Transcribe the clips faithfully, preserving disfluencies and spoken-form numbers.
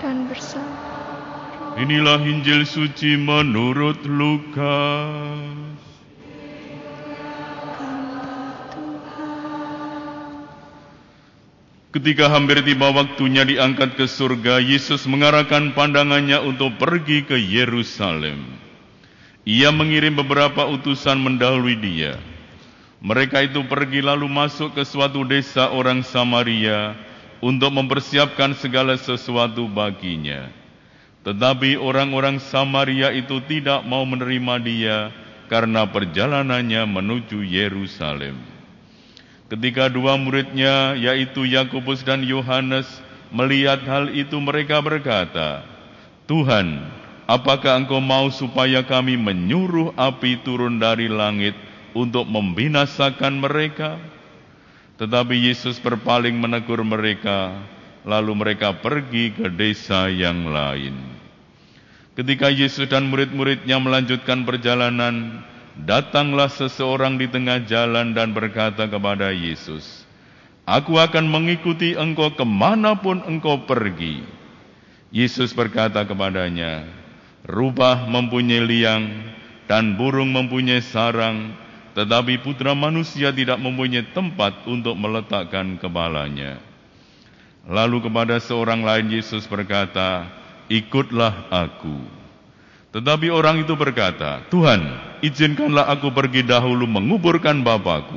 dan bersabar. Inilah Injil suci menurut Lukas. Ketika hampir tiba waktunya diangkat ke surga, Yesus mengarahkan pandangannya untuk pergi ke Yerusalem. Ia mengirim beberapa utusan mendahului dia. Mereka itu pergi lalu masuk ke suatu desa orang Samaria untuk mempersiapkan segala sesuatu baginya. Tetapi orang-orang Samaria itu tidak mau menerima dia karena perjalanannya menuju Yerusalem. Ketika dua muridnya, yaitu Yakobus dan Yohanes, melihat hal itu, mereka berkata, "Tuhan, apakah Engkau mau supaya kami menyuruh api turun dari langit untuk membinasakan mereka?" Tetapi Yesus berpaling menegur mereka, lalu mereka pergi ke desa yang lain. Ketika Yesus dan murid-muridnya melanjutkan perjalanan, datanglah seseorang di tengah jalan dan berkata kepada Yesus, "Aku akan mengikuti Engkau kemanapun Engkau pergi." Yesus berkata kepadanya, "Rubah mempunyai liang dan burung mempunyai sarang, tetapi Putra Manusia tidak mempunyai tempat untuk meletakkan kepalanya." Lalu kepada seorang lain Yesus berkata, "Ikutlah Aku." Tetapi orang itu berkata, "Tuhan, izinkanlah aku pergi dahulu menguburkan Bapakku."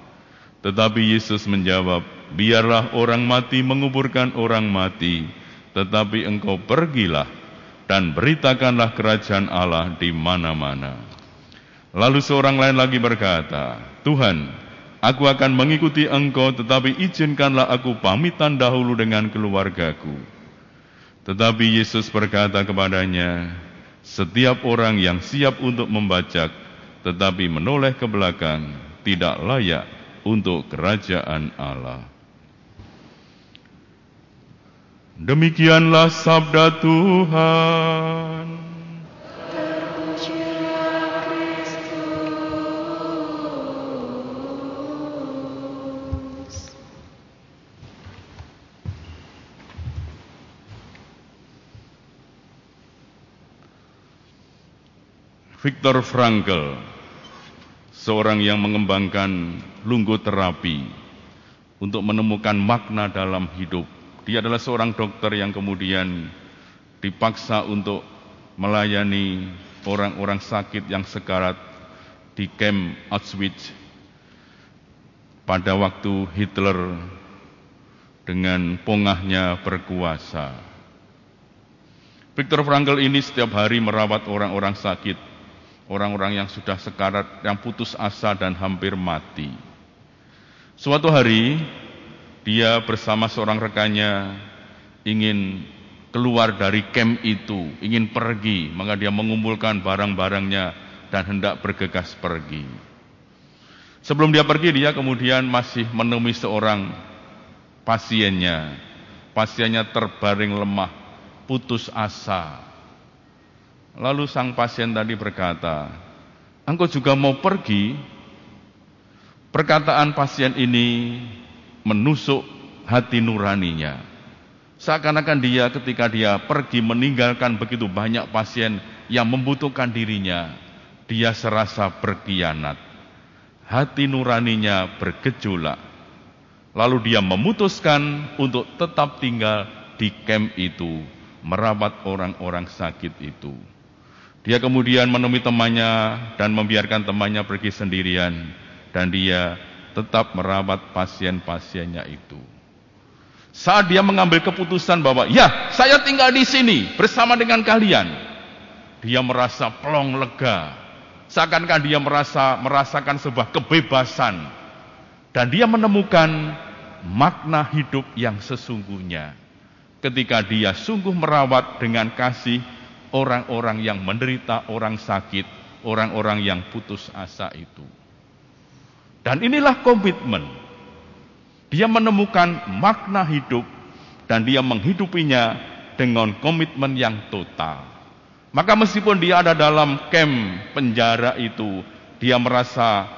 Tetapi Yesus menjawab, "Biarlah orang mati menguburkan orang mati, tetapi engkau pergilah dan beritakanlah kerajaan Allah di mana-mana." Lalu seorang lain lagi berkata, "Tuhan, aku akan mengikuti engkau, tetapi izinkanlah aku pamitan dahulu dengan keluargaku." Tetapi Yesus berkata kepadanya, "Setiap orang yang siap untuk membajak, tetapi menoleh ke belakang, tidak layak untuk kerajaan Allah." Demikianlah sabda Tuhan. Terpujilah Kristus. Viktor Frankl, seorang yang mengembangkan logoterapi untuk menemukan makna dalam hidup. Dia adalah seorang dokter yang kemudian dipaksa untuk melayani orang-orang sakit yang sekarat di kamp Auschwitz pada waktu Hitler dengan pongahnya berkuasa. Viktor Frankl ini setiap hari merawat orang-orang sakit, orang-orang yang sudah sekarat, yang putus asa dan hampir mati. Suatu hari, dia bersama seorang rekannya ingin keluar dari kamp itu, ingin pergi, maka dia mengumpulkan barang-barangnya dan hendak bergegas pergi. Sebelum dia pergi, dia kemudian masih menemui seorang pasiennya. Pasiennya terbaring lemah, putus asa. Lalu sang pasien tadi berkata, "Engkau juga mau pergi?" Perkataan pasien ini menusuk hati nuraninya. Seakan-akan dia ketika dia pergi meninggalkan begitu banyak pasien yang membutuhkan dirinya, dia serasa berkhianat. Hati nuraninya bergejolak. Lalu dia memutuskan untuk tetap tinggal di kamp itu, merawat orang-orang sakit itu. Dia kemudian menemui temannya dan membiarkan temannya pergi sendirian, dan dia tetap merawat pasien-pasiennya itu. Saat dia mengambil keputusan bahwa, "Ya, saya tinggal di sini bersama dengan kalian," dia merasa plong lega. Seakan-akan dia merasa merasakan sebuah kebebasan, dan dia menemukan makna hidup yang sesungguhnya ketika dia sungguh merawat dengan kasih orang-orang yang menderita, orang sakit, orang-orang yang putus asa itu. Dan inilah komitmen. Dia menemukan makna hidup dan dia menghidupinya dengan komitmen yang total. Maka meskipun dia ada dalam kamp penjara itu, dia merasa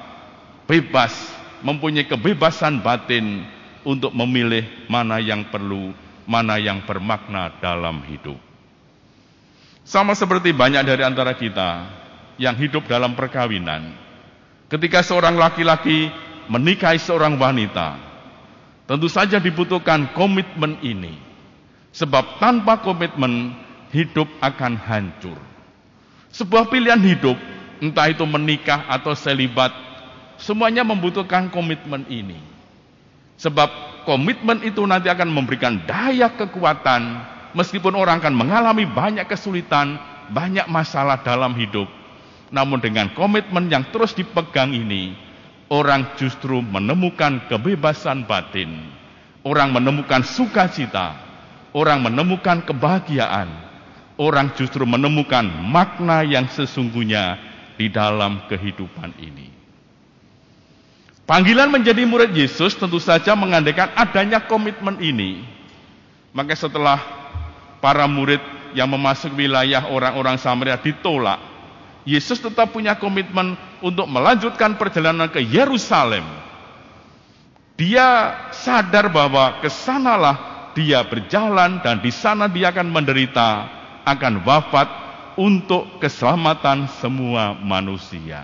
bebas, mempunyai kebebasan batin untuk memilih mana yang perlu, mana yang bermakna dalam hidup. Sama seperti banyak dari antara kita yang hidup dalam perkawinan. Ketika seorang laki-laki menikahi seorang wanita, tentu saja dibutuhkan komitmen ini. Sebab tanpa komitmen, hidup akan hancur. Sebuah pilihan hidup, entah itu menikah atau selibat, semuanya membutuhkan komitmen ini. Sebab komitmen itu nanti akan memberikan daya kekuatan, meskipun orang akan mengalami banyak kesulitan, banyak masalah dalam hidup. Namun dengan komitmen yang terus dipegang ini, orang justru menemukan kebebasan batin. Orang menemukan sukacita, orang menemukan kebahagiaan. Orang justru menemukan makna yang sesungguhnya di dalam kehidupan ini. Panggilan menjadi murid Yesus tentu saja mengandaikan adanya komitmen ini. Maka setelah para murid yang memasuki wilayah orang-orang Samaria ditolak, Yesus tetap punya komitmen untuk melanjutkan perjalanan ke Yerusalem. Dia sadar bahwa kesanalah dia berjalan dan di sana dia akan menderita, akan wafat untuk keselamatan semua manusia.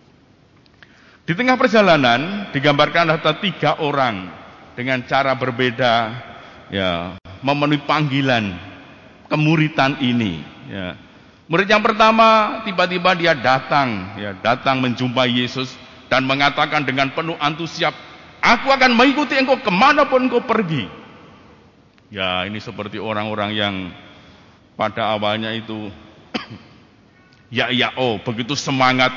Di tengah perjalanan digambarkan ada tiga orang dengan cara berbeda, ya, memenuhi panggilan kemuritan ini. Ya. Murid yang pertama tiba-tiba dia datang, ya, datang menjumpai Yesus dan mengatakan dengan penuh antusias, "Aku akan mengikuti engkau kemanapun engkau pergi." Ya, ini seperti orang-orang yang pada awalnya itu ya ya oh begitu semangat,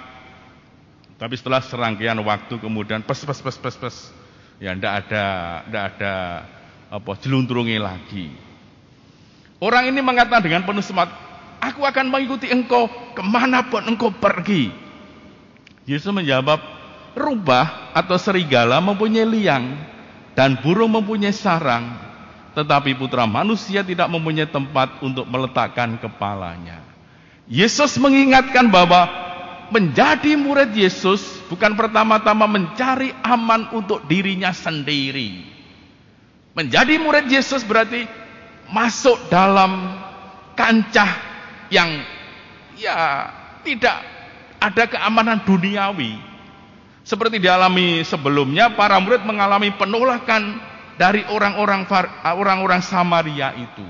tapi setelah serangkaian waktu kemudian pes pes pes pes pes ya ndak ada ndak ada apa jeluntrungi lagi. Orang ini mengatakan dengan penuh semangat, "Aku akan mengikuti engkau kemanapun engkau pergi." Yesus menjawab, "Rubah atau serigala mempunyai liang dan burung mempunyai sarang, tetapi putra manusia tidak mempunyai tempat untuk meletakkan kepalanya." Yesus mengingatkan bahwa menjadi murid Yesus bukan pertama-tama mencari aman untuk dirinya sendiri. Menjadi murid Yesus berarti masuk dalam kancah yang ya tidak ada keamanan duniawi. Seperti dialami sebelumnya, para murid mengalami penolakan dari orang-orang orang-orang Samaria itu.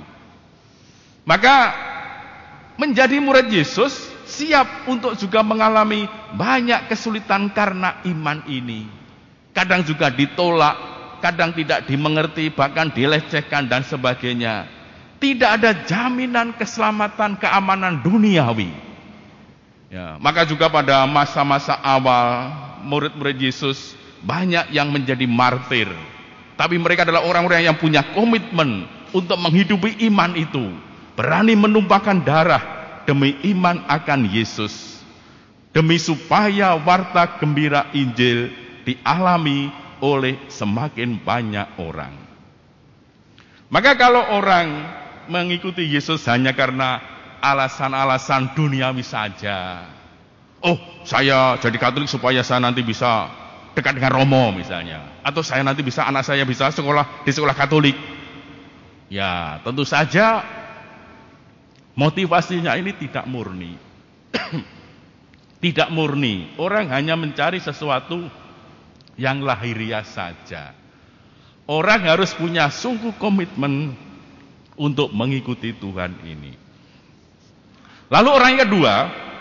Maka menjadi murid Yesus siap untuk juga mengalami banyak kesulitan karena iman ini. Kadang juga ditolak, kadang tidak dimengerti, bahkan dilecehkan dan sebagainya. Tidak ada jaminan keselamatan, keamanan duniawi. Ya, maka juga pada masa-masa awal murid-murid Yesus banyak yang menjadi martir. Tapi mereka adalah orang-orang yang punya komitmen untuk menghidupi iman itu. Berani menumpahkan darah demi iman akan Yesus. Demi supaya warta gembira Injil dialami oleh semakin banyak orang. Maka kalau orang mengikuti Yesus hanya karena alasan-alasan duniawi saja. Oh, saya jadi Katolik supaya saya nanti bisa dekat dengan Romo misalnya. Atau saya nanti bisa, anak saya bisa sekolah di sekolah Katolik. Ya, tentu saja motivasinya ini tidak murni. Tidak murni. Orang hanya mencari sesuatu yang lahiriah saja. Orang harus punya sungguh komitmen untuk mengikuti Tuhan ini. Lalu orang yang kedua,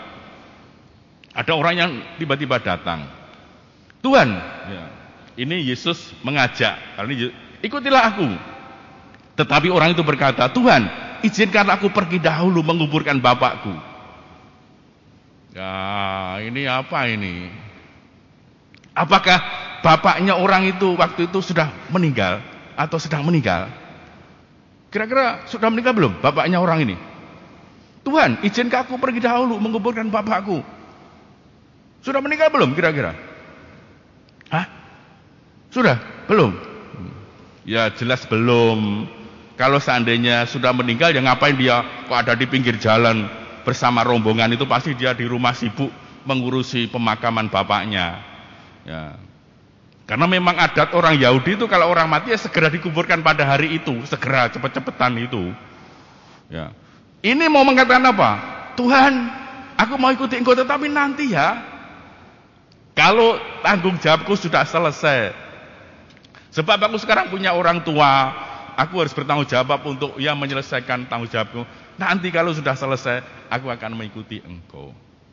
ada orang yang tiba-tiba datang. Tuhan, ya, ini Yesus mengajak, ini, ikutilah aku. Tetapi orang itu berkata, Tuhan, izinkanlah aku pergi dahulu menguburkan bapakku. Ya, ini apa ini? Apakah bapaknya orang itu waktu itu sudah meninggal atau sedang meninggal? Kira-kira sudah meninggal belum bapaknya orang ini? Tuhan, izinkan aku pergi dahulu menguburkan bapakku. Sudah meninggal belum kira-kira? Hah? Sudah? Belum? Ya jelas belum. Kalau seandainya sudah meninggal, ya ngapain dia kok ada di pinggir jalan bersama rombongan itu? Pasti dia di rumah sibuk mengurusi pemakaman bapaknya. Ya. Karena memang adat orang Yahudi itu kalau orang mati ya segera dikuburkan pada hari itu, segera cepet-cepetan itu. Ya. Ini mau mengatakan apa? Tuhan, aku mau ikuti Engkau tetapi nanti ya. Kalau tanggung jawabku sudah selesai. Sebab aku sekarang punya orang tua, aku harus bertanggung jawab untuk ya menyelesaikan tanggung jawabku. Nanti kalau sudah selesai, aku akan mengikuti Engkau.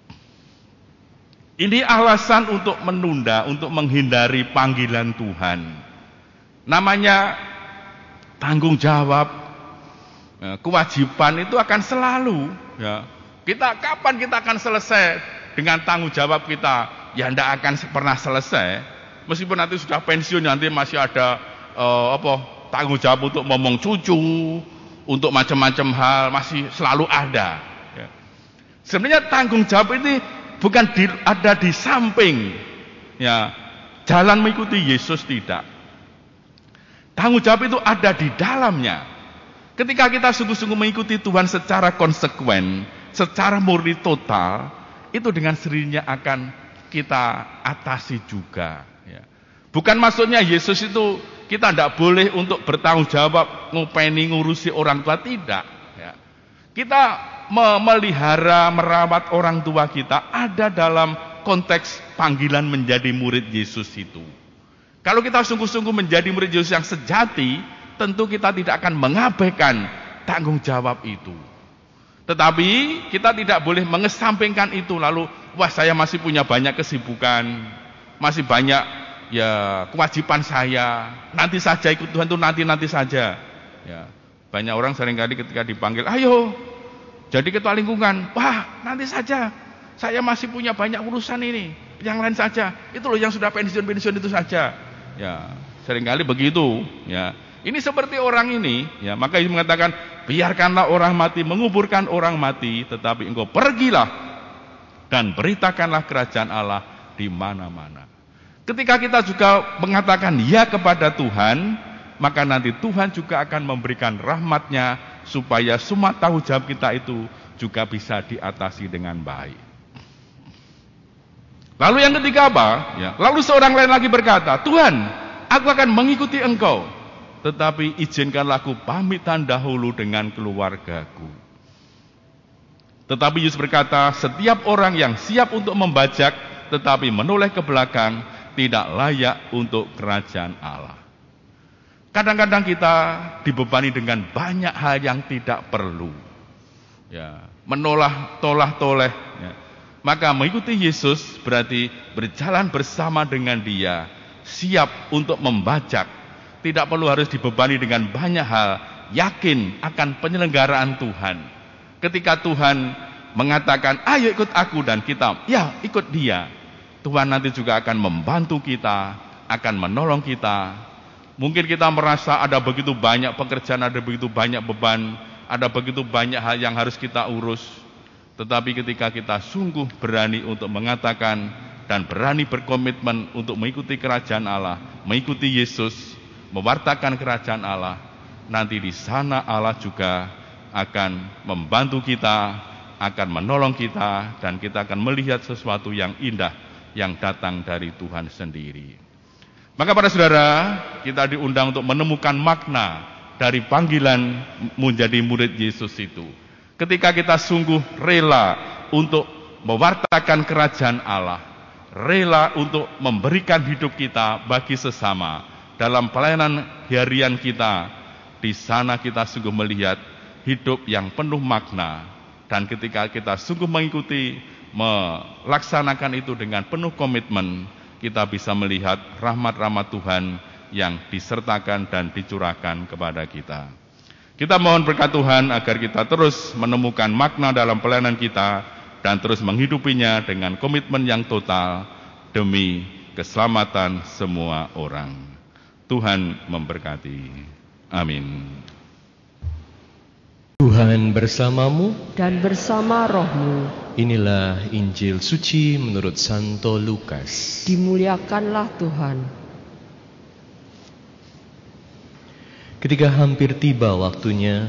Ini alasan untuk menunda, untuk menghindari panggilan Tuhan. Namanya tanggung jawab, kewajiban itu akan selalu. Ya. Kita kapan kita akan selesai dengan tanggung jawab kita? Ya tidak akan pernah selesai. Meskipun nanti sudah pensiun, nanti masih ada uh, apa tanggung jawab untuk ngomong cucu, untuk macam-macam hal masih selalu ada. Ya. Sebenarnya tanggung jawab ini bukan di, ada di samping, ya, jalan mengikuti Yesus, tidak. Tanggung jawab itu ada di dalamnya. Ketika kita sungguh-sungguh mengikuti Tuhan secara konsekuen, secara murni total, itu dengan sendirinya akan kita atasi juga. Ya. Bukan maksudnya Yesus itu kita tidak boleh untuk bertanggung jawab ngopeni ngurusi orang tua, tidak. Ya. Kita memelihara, merawat orang tua kita ada dalam konteks panggilan menjadi murid Yesus itu. Kalau kita sungguh-sungguh menjadi murid Yesus yang sejati, tentu kita tidak akan mengabaikan tanggung jawab itu. Tetapi kita tidak boleh mengesampingkan itu lalu, wah saya masih punya banyak kesibukan, masih banyak ya kewajiban saya, nanti saja ikut Tuhan itu nanti-nanti saja. Ya, banyak orang seringkali ketika dipanggil, ayo jadi ketua lingkungan, wah nanti saja, saya masih punya banyak urusan ini, yang lain saja, itu loh yang sudah pensiun-pensiun itu saja. Ya, seringkali begitu. Ya, ini seperti orang ini. Ya, maka Yesus mengatakan, biarkanlah orang mati menguburkan orang mati, tetapi engkau pergilah dan beritakanlah kerajaan Allah di mana-mana. Ketika kita juga mengatakan ya kepada Tuhan, maka nanti Tuhan juga akan memberikan rahmat-Nya supaya semua tanggung jawab kita itu juga bisa diatasi dengan baik. Lalu yang ketiga apa? Ya, lalu seorang lain lagi berkata, Tuhan, aku akan mengikuti Engkau, tetapi izinkanlah aku pamitan dahulu dengan keluargaku. Tetapi Yesus berkata, setiap orang yang siap untuk membajak tetapi menoleh ke belakang tidak layak untuk kerajaan Allah. Kadang-kadang kita dibebani dengan banyak hal yang tidak perlu. Ya, menolak, tolah-toleh. Ya. Maka mengikuti Yesus berarti berjalan bersama dengan Dia, siap untuk membajak. Tidak perlu harus dibebani dengan banyak hal, yakin akan penyelenggaraan Tuhan. Ketika Tuhan mengatakan, ayo ikut aku, dan kita, ya ikut Dia, Tuhan nanti juga akan membantu kita, akan menolong kita. Mungkin kita merasa ada begitu banyak pekerjaan, ada begitu banyak beban, ada begitu banyak hal yang harus kita urus. Tetapi ketika kita sungguh berani untuk mengatakan dan berani berkomitmen untuk mengikuti kerajaan Allah, mengikuti Yesus, mewartakan kerajaan Allah, nanti di sana Allah juga akan membantu kita, akan menolong kita, dan kita akan melihat sesuatu yang indah yang datang dari Tuhan sendiri. Maka para saudara, kita diundang untuk menemukan makna dari panggilan menjadi murid Yesus itu. Ketika kita sungguh rela untuk mewartakan kerajaan Allah, rela untuk memberikan hidup kita bagi sesama, dalam pelayanan harian kita, di sana kita sungguh melihat hidup yang penuh makna. Dan ketika kita sungguh mengikuti, melaksanakan itu dengan penuh komitmen, kita bisa melihat rahmat-rahmat Tuhan yang disertakan dan dicurahkan kepada kita. Kita mohon berkat Tuhan agar kita terus menemukan makna dalam pelayanan kita dan terus menghidupinya dengan komitmen yang total demi keselamatan semua orang. Tuhan memberkati. Amin. Tuhan bersamamu dan bersama rohmu. Inilah Injil suci menurut Santo Lukas. Dimuliakanlah Tuhan. Ketika hampir tiba waktunya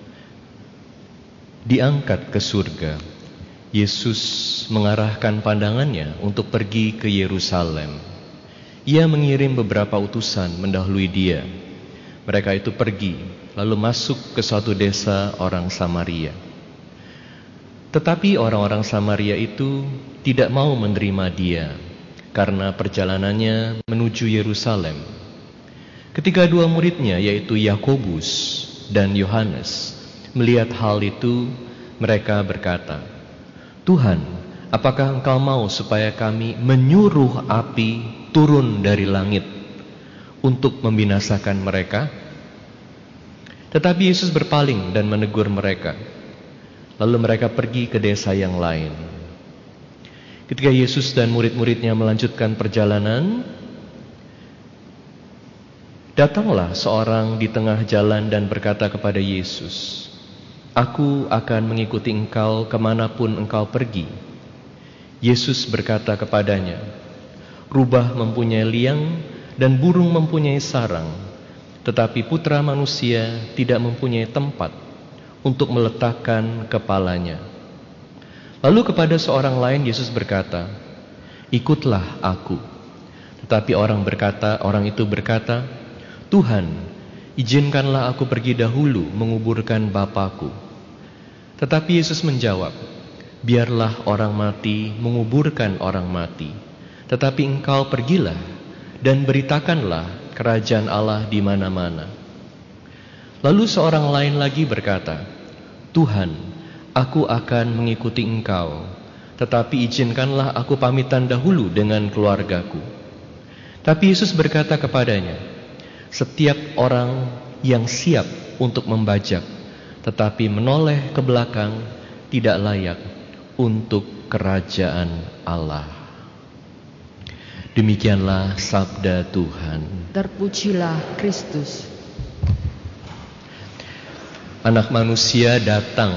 diangkat ke surga, Yesus mengarahkan pandangannya untuk pergi ke Yerusalem. ia mengirim beberapa utusan mendahului dia. Mereka itu pergi, lalu masuk ke suatu desa orang Samaria. Tetapi orang-orang Samaria itu tidak mau menerima dia, karena perjalanannya menuju Yerusalem. Ketika dua muridnya, yaitu Yakobus dan Yohanes, melihat hal itu, mereka berkata, "Tuhan, apakah Engkau mau supaya kami menyuruh api turun dari langit untuk membinasakan mereka?" Tetapi Yesus berpaling dan menegur mereka. Lalu mereka pergi ke desa yang lain. Ketika Yesus dan murid-muridnya melanjutkan perjalanan, datanglah seorang di tengah jalan dan berkata kepada Yesus, "Aku akan mengikuti Engkau kemanapun Engkau pergi." Yesus berkata kepadanya, "Rubah mempunyai liang dan burung mempunyai sarang, tetapi Putra Manusia tidak mempunyai tempat untuk meletakkan kepalanya." Lalu kepada seorang lain Yesus berkata, "Ikutlah aku." Tetapi orang berkata, orang itu berkata, "Tuhan, izinkanlah aku pergi dahulu menguburkan Bapakku." Tetapi Yesus menjawab, "Biarlah orang mati menguburkan orang mati, tetapi engkau pergilah dan beritakanlah kerajaan Allah di mana-mana." Lalu seorang lain lagi berkata, "Tuhan, aku akan mengikuti Engkau, tetapi izinkanlah aku pamitan dahulu dengan keluargaku." Tapi Yesus berkata kepadanya, "Setiap orang yang siap untuk membajak, tetapi menoleh ke belakang, tidak layak untuk kerajaan Allah." Demikianlah sabda Tuhan. Terpujilah Kristus. Anak manusia datang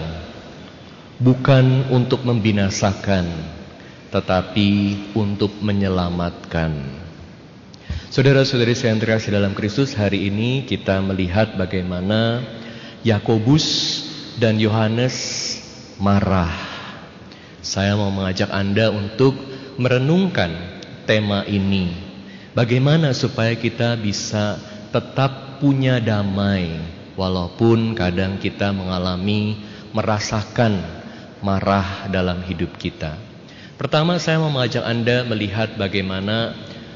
bukan untuk membinasakan, tetapi untuk menyelamatkan. Saudara-saudari saya yang terkasih dalam Kristus, hari ini kita melihat bagaimana Yakobus dan Yohanes marah. Saya mau mengajak Anda untuk merenungkan tema ini. Bagaimana supaya kita bisa tetap punya damai, walaupun kadang kita mengalami, merasakan marah dalam hidup kita. Pertama, saya mau mengajak Anda melihat bagaimana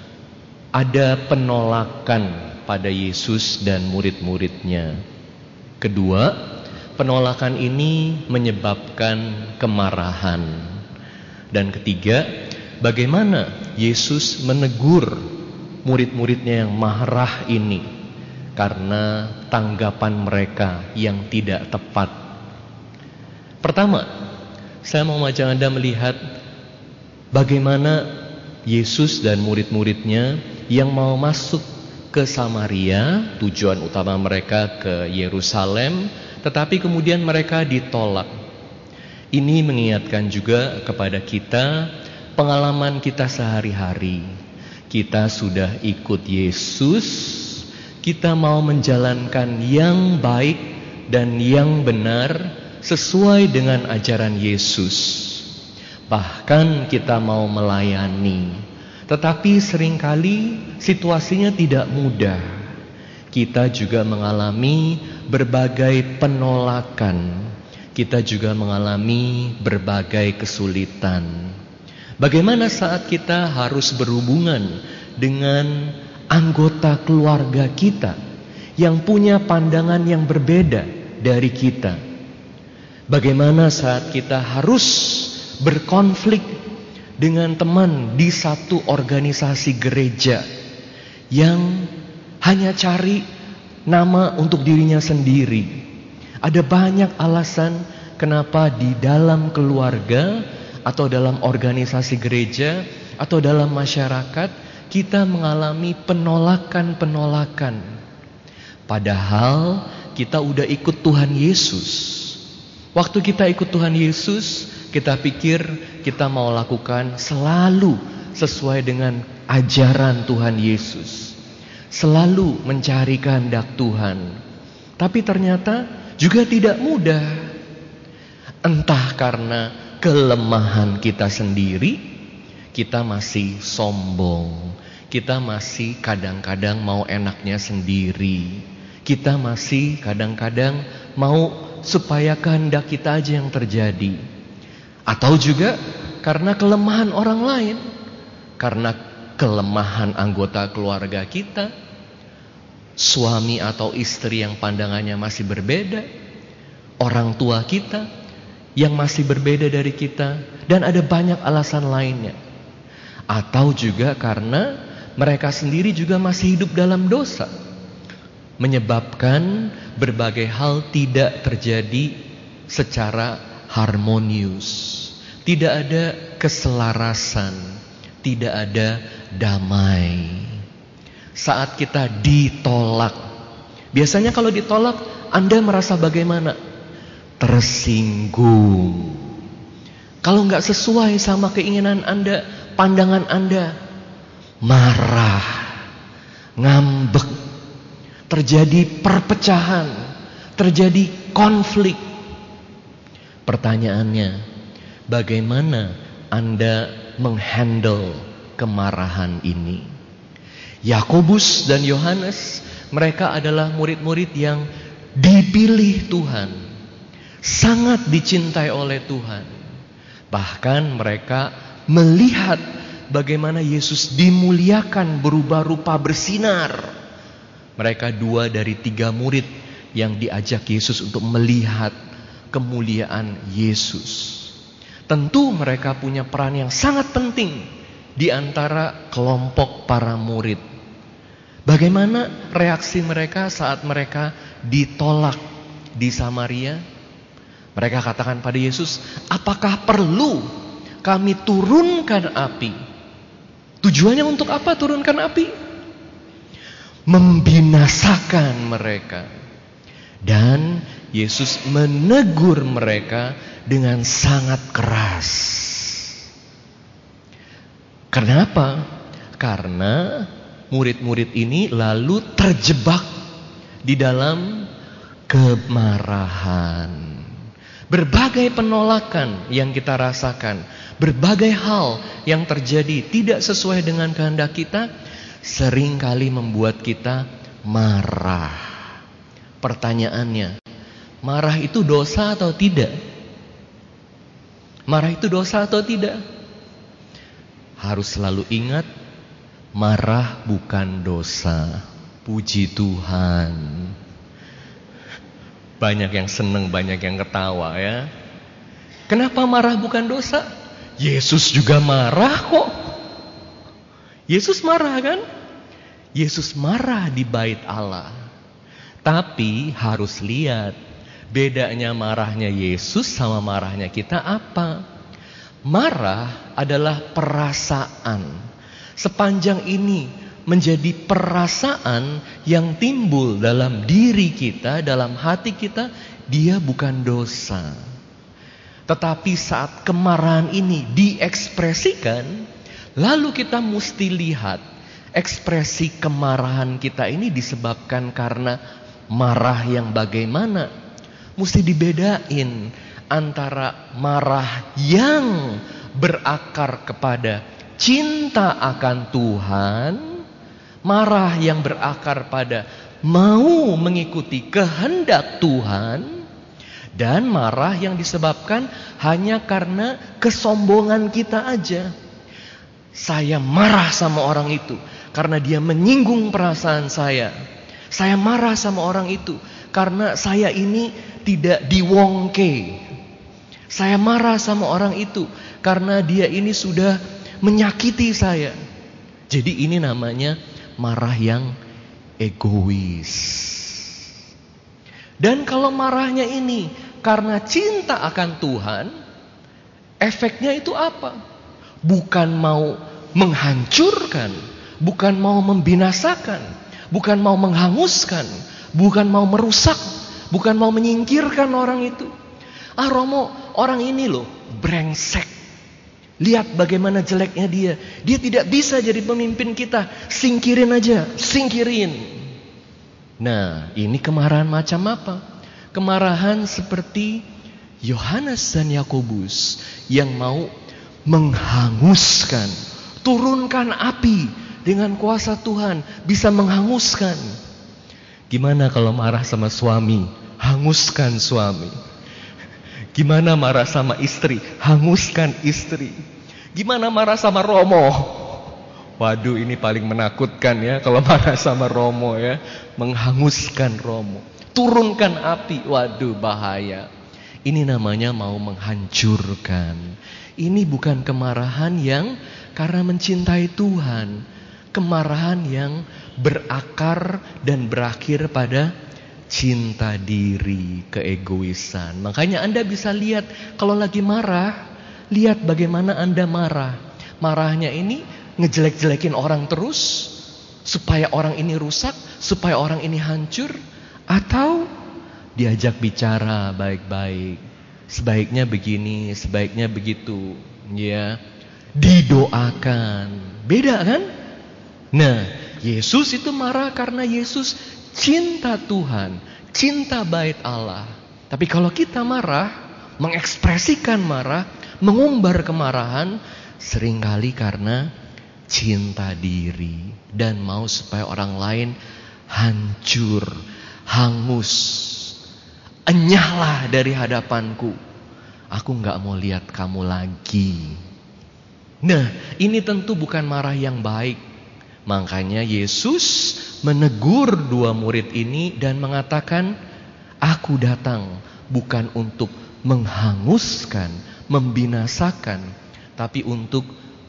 ada penolakan pada Yesus dan murid-muridnya. Kedua, penolakan ini menyebabkan kemarahan. Dan ketiga, bagaimana Yesus menegur murid-muridnya yang marah ini karena tanggapan mereka yang tidak tepat. Pertama, saya mau mengajak Anda melihat bagaimana Yesus dan murid-muridnya yang mau masuk ke Samaria, tujuan utama mereka ke Yerusalem, tetapi kemudian mereka ditolak. Ini mengingatkan juga kepada kita pengalaman kita sehari-hari. Kita sudah ikut Yesus, kita mau menjalankan yang baik dan yang benar sesuai dengan ajaran Yesus. Bahkan kita mau melayani, tetapi seringkali situasinya tidak mudah. Kita juga mengalami berbagai penolakan. Kita juga mengalami berbagai kesulitan. Bagaimana saat kita harus berhubungan dengan anggota keluarga kita yang punya pandangan yang berbeda dari kita? Bagaimana saat kita harus berkonflik dengan teman di satu organisasi gereja yang hanya cari nama untuk dirinya sendiri? Ada banyak alasan kenapa di dalam keluarga atau dalam organisasi gereja atau dalam masyarakat kita mengalami penolakan-penolakan. Padahal kita udah ikut Tuhan Yesus. Waktu kita ikut Tuhan Yesus, kita pikir kita mau lakukan selalu sesuai dengan ajaran Tuhan Yesus, selalu mencari kehendak Tuhan. Tapi ternyata juga tidak mudah. Entah karena kelemahan kita sendiri, kita masih sombong, kita masih kadang-kadang mau enaknya sendiri. Kita masih kadang-kadang mau supaya kehendak kita aja yang terjadi. Atau juga karena kelemahan orang lain, karena kelemahan anggota keluarga kita, suami atau istri yang pandangannya masih berbeda, orang tua kita yang masih berbeda dari kita, dan ada banyak alasan lainnya. Atau juga karena mereka sendiri juga masih hidup dalam dosa, menyebabkan berbagai hal tidak terjadi secara harmonius. Tidak ada keselarasan, tidak ada damai. Saat kita ditolak, biasanya kalau ditolak, Anda merasa bagaimana? Tersinggung. Kalau nggak sesuai sama keinginan Anda, pandangan Anda, marah, ngambek, terjadi perpecahan, terjadi konflik. Pertanyaannya, bagaimana Anda menghandle kemarahan ini? Yakobus dan Yohanes, mereka adalah murid-murid yang dipilih Tuhan, sangat dicintai oleh Tuhan. Bahkan mereka melihat bagaimana Yesus dimuliakan, berubah rupa, bersinar. Mereka dua dari tiga murid yang diajak Yesus untuk melihat kemuliaan Yesus. Tentu mereka punya peran yang sangat penting di antara kelompok para murid. Bagaimana reaksi mereka saat mereka ditolak di Samaria? Mereka katakan pada Yesus, apakah perlu kami turunkan api? Tujuannya untuk apa turunkan api? Membinasakan mereka. Dan Yesus menegur mereka dengan sangat keras. Kenapa? Karena murid-murid ini lalu terjebak di dalam kemarahan. Berbagai penolakan yang kita rasakan, berbagai hal yang terjadi tidak sesuai dengan kehendak kita, seringkali membuat kita marah. Pertanyaannya, marah itu dosa atau tidak? Marah itu dosa atau tidak? Harus selalu ingat, marah bukan dosa. Puji Tuhan. Banyak yang senang, banyak yang ketawa ya. Kenapa marah bukan dosa? Yesus juga marah kok. Yesus marah kan? Yesus marah di bait Allah. Tapi harus lihat, bedanya marahnya Yesus sama marahnya kita apa? Marah adalah perasaan. Sepanjang ini menjadi perasaan yang timbul dalam diri kita, dalam hati kita, dia bukan dosa. Tetapi saat kemarahan ini diekspresikan, lalu kita mesti lihat ekspresi kemarahan kita ini disebabkan karena marah yang bagaimana. Mesti dibedain antara marah yang berakar kepada cinta akan Tuhan, marah yang berakar pada mau mengikuti kehendak Tuhan, dan marah yang disebabkan hanya karena kesombongan kita aja. Saya marah sama orang itu karena dia menyinggung perasaan saya. Saya marah sama orang itu karena saya ini tidak diwongke. Saya marah sama orang itu karena dia ini sudah menyakiti saya. Jadi ini namanya marah yang egois. Dan kalau marahnya ini karena cinta akan Tuhan, efeknya itu apa? Bukan mau menghancurkan, bukan mau membinasakan, bukan mau menghanguskan, bukan mau merusak, bukan mau menyingkirkan orang itu. Ah Romo, orang ini loh brengsek. Lihat bagaimana jeleknya dia. Dia tidak bisa jadi pemimpin kita. Singkirin aja, singkirin. Nah, ini kemarahan macam apa? Kemarahan seperti Yohanes dan Yakobus yang mau menghanguskan, turunkan api dengan kuasa Tuhan bisa menghanguskan. Gimana kalau marah sama suami? Hanguskan suami. Gimana marah sama istri? Hanguskan istri. Gimana marah sama Romo? Waduh, ini paling menakutkan ya kalau marah sama Romo ya. Menghanguskan Romo. Turunkan api. Waduh, bahaya. Ini namanya mau menghancurkan. Ini bukan kemarahan yang karena mencintai Tuhan. Kemarahan yang berakar dan berakhir pada cinta diri, keegoisan. Makanya Anda bisa lihat kalau lagi marah, lihat bagaimana Anda marah. Marahnya ini ngejelek-jelekin orang terus supaya orang ini rusak, supaya orang ini hancur, atau diajak bicara baik-baik. Sebaiknya begini, sebaiknya begitu, ya. Didoakan. Beda kan? Nah, Yesus itu marah karena Yesus cinta Tuhan, cinta bait Allah. Tapi kalau kita marah, mengekspresikan marah, mengumbar kemarahan, seringkali karena cinta diri dan mau supaya orang lain hancur, hangus. Enyahlah dari hadapanku. Aku gak mau lihat kamu lagi. Nah, ini tentu bukan marah yang baik. Makanya Yesus menegur dua murid ini dan mengatakan, aku datang bukan untuk menghanguskan, membinasakan, tapi untuk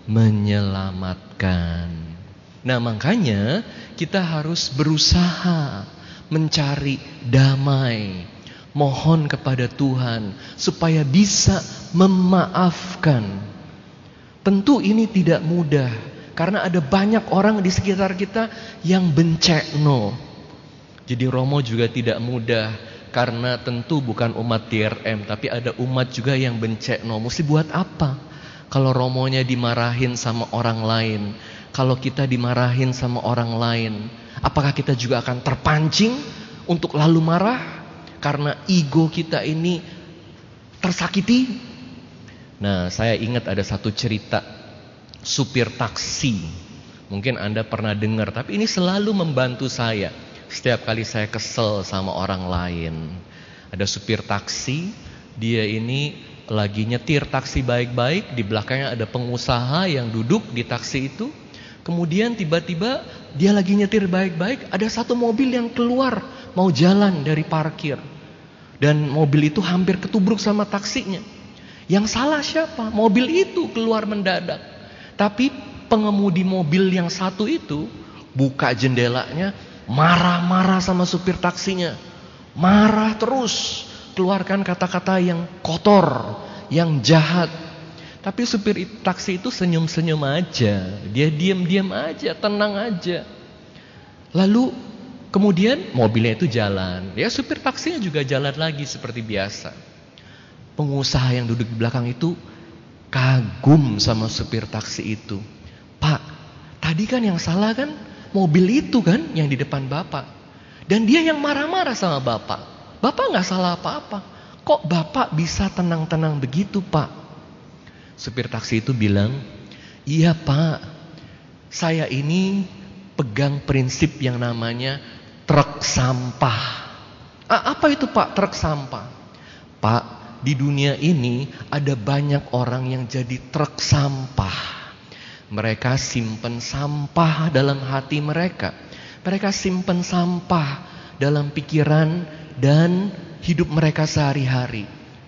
menyelamatkan. Nah, makanya kita harus berusaha mencari damai, mohon kepada Tuhan supaya bisa memaafkan. Tentu ini tidak mudah. Karena ada banyak orang di sekitar kita yang bencekno. Jadi Romo juga tidak mudah. Karena tentu bukan umat T R M, tapi ada umat juga yang bencekno. Mesti buat apa? Kalau Romonya dimarahin sama orang lain, kalau kita dimarahin sama orang lain, apakah kita juga akan terpancing untuk lalu marah? Karena ego kita ini tersakiti. Nah, saya ingat ada satu cerita supir taksi. Mungkin Anda pernah dengar, tapi ini selalu membantu saya setiap kali saya kesel sama orang lain. Ada supir taksi, dia ini lagi nyetir taksi baik-baik, di belakangnya ada pengusaha yang duduk di taksi itu. Kemudian tiba-tiba dia lagi nyetir baik-baik, ada satu mobil yang keluar mau jalan dari parkir. Dan mobil itu hampir ketubruk sama taksinya. Yang salah siapa? Mobil itu keluar mendadak. Tapi pengemudi mobil yang satu itu buka jendelanya, marah-marah sama supir taksinya. Marah terus, keluarkan kata-kata yang kotor, yang jahat. Tapi supir taksi itu senyum-senyum aja. Dia diam-diam aja, tenang aja. Lalu kemudian mobilnya itu jalan. Ya, supir taksinya juga jalan lagi seperti biasa. Pengusaha yang duduk di belakang itu kagum sama supir taksi itu. Pak, tadi kan yang salah kan mobil itu kan yang di depan Bapak. Dan dia yang marah-marah sama Bapak. Bapak gak salah apa-apa. Kok Bapak bisa tenang-tenang begitu, Pak? Supir taksi itu bilang, iya Pak, saya ini pegang prinsip yang namanya truk sampah. Ah, apa itu Pak, truk sampah? Pak, di dunia ini ada banyak orang yang jadi truk sampah. Mereka simpen sampah dalam hati mereka. Mereka simpen sampah dalam pikiran dan hidup mereka sehari-hari.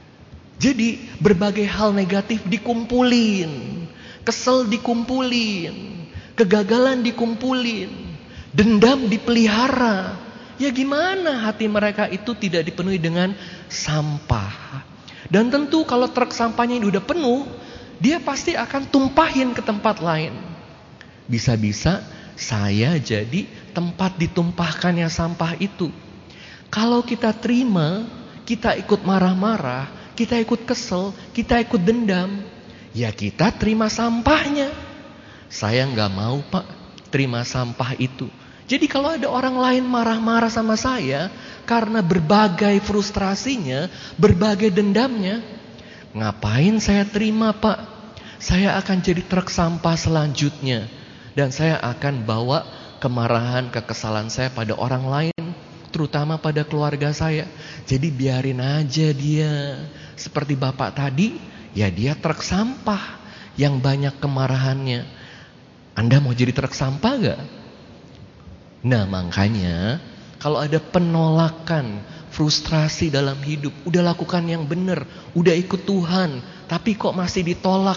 Jadi berbagai hal negatif dikumpulin. Kesel dikumpulin. Kegagalan dikumpulin. Dendam dipelihara. Ya gimana hati mereka itu tidak dipenuhi dengan sampah. Dan tentu kalau truk sampahnya ini udah penuh, dia pasti akan tumpahin ke tempat lain. Bisa-bisa saya jadi tempat ditumpahkannya sampah itu. Kalau kita terima, kita ikut marah-marah, kita ikut kesel, kita ikut dendam, ya kita terima sampahnya. Saya nggak mau Pak terima sampah itu. Jadi kalau ada orang lain marah-marah sama saya karena berbagai frustrasinya, berbagai dendamnya, ngapain saya terima Pak? Saya akan jadi truk sampah selanjutnya. Dan saya akan bawa kemarahan, kekesalan saya pada orang lain, terutama pada keluarga saya. Jadi biarin aja dia. Seperti bapak tadi, ya dia truk sampah yang banyak kemarahannya. Anda mau jadi truk sampah gak? Nah makanya kalau ada penolakan, frustrasi dalam hidup, udah lakukan yang benar, udah ikut Tuhan, tapi kok masih ditolak.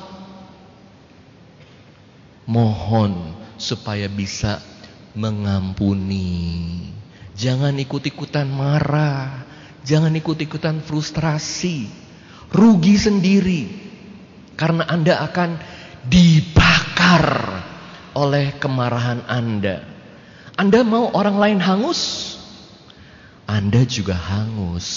Mohon supaya bisa mengampuni. Jangan ikut-ikutan marah, jangan ikut-ikutan frustrasi. Rugi sendiri, karena Anda akan dibakar oleh kemarahan Anda. Anda mau orang lain hangus, Anda juga hangus.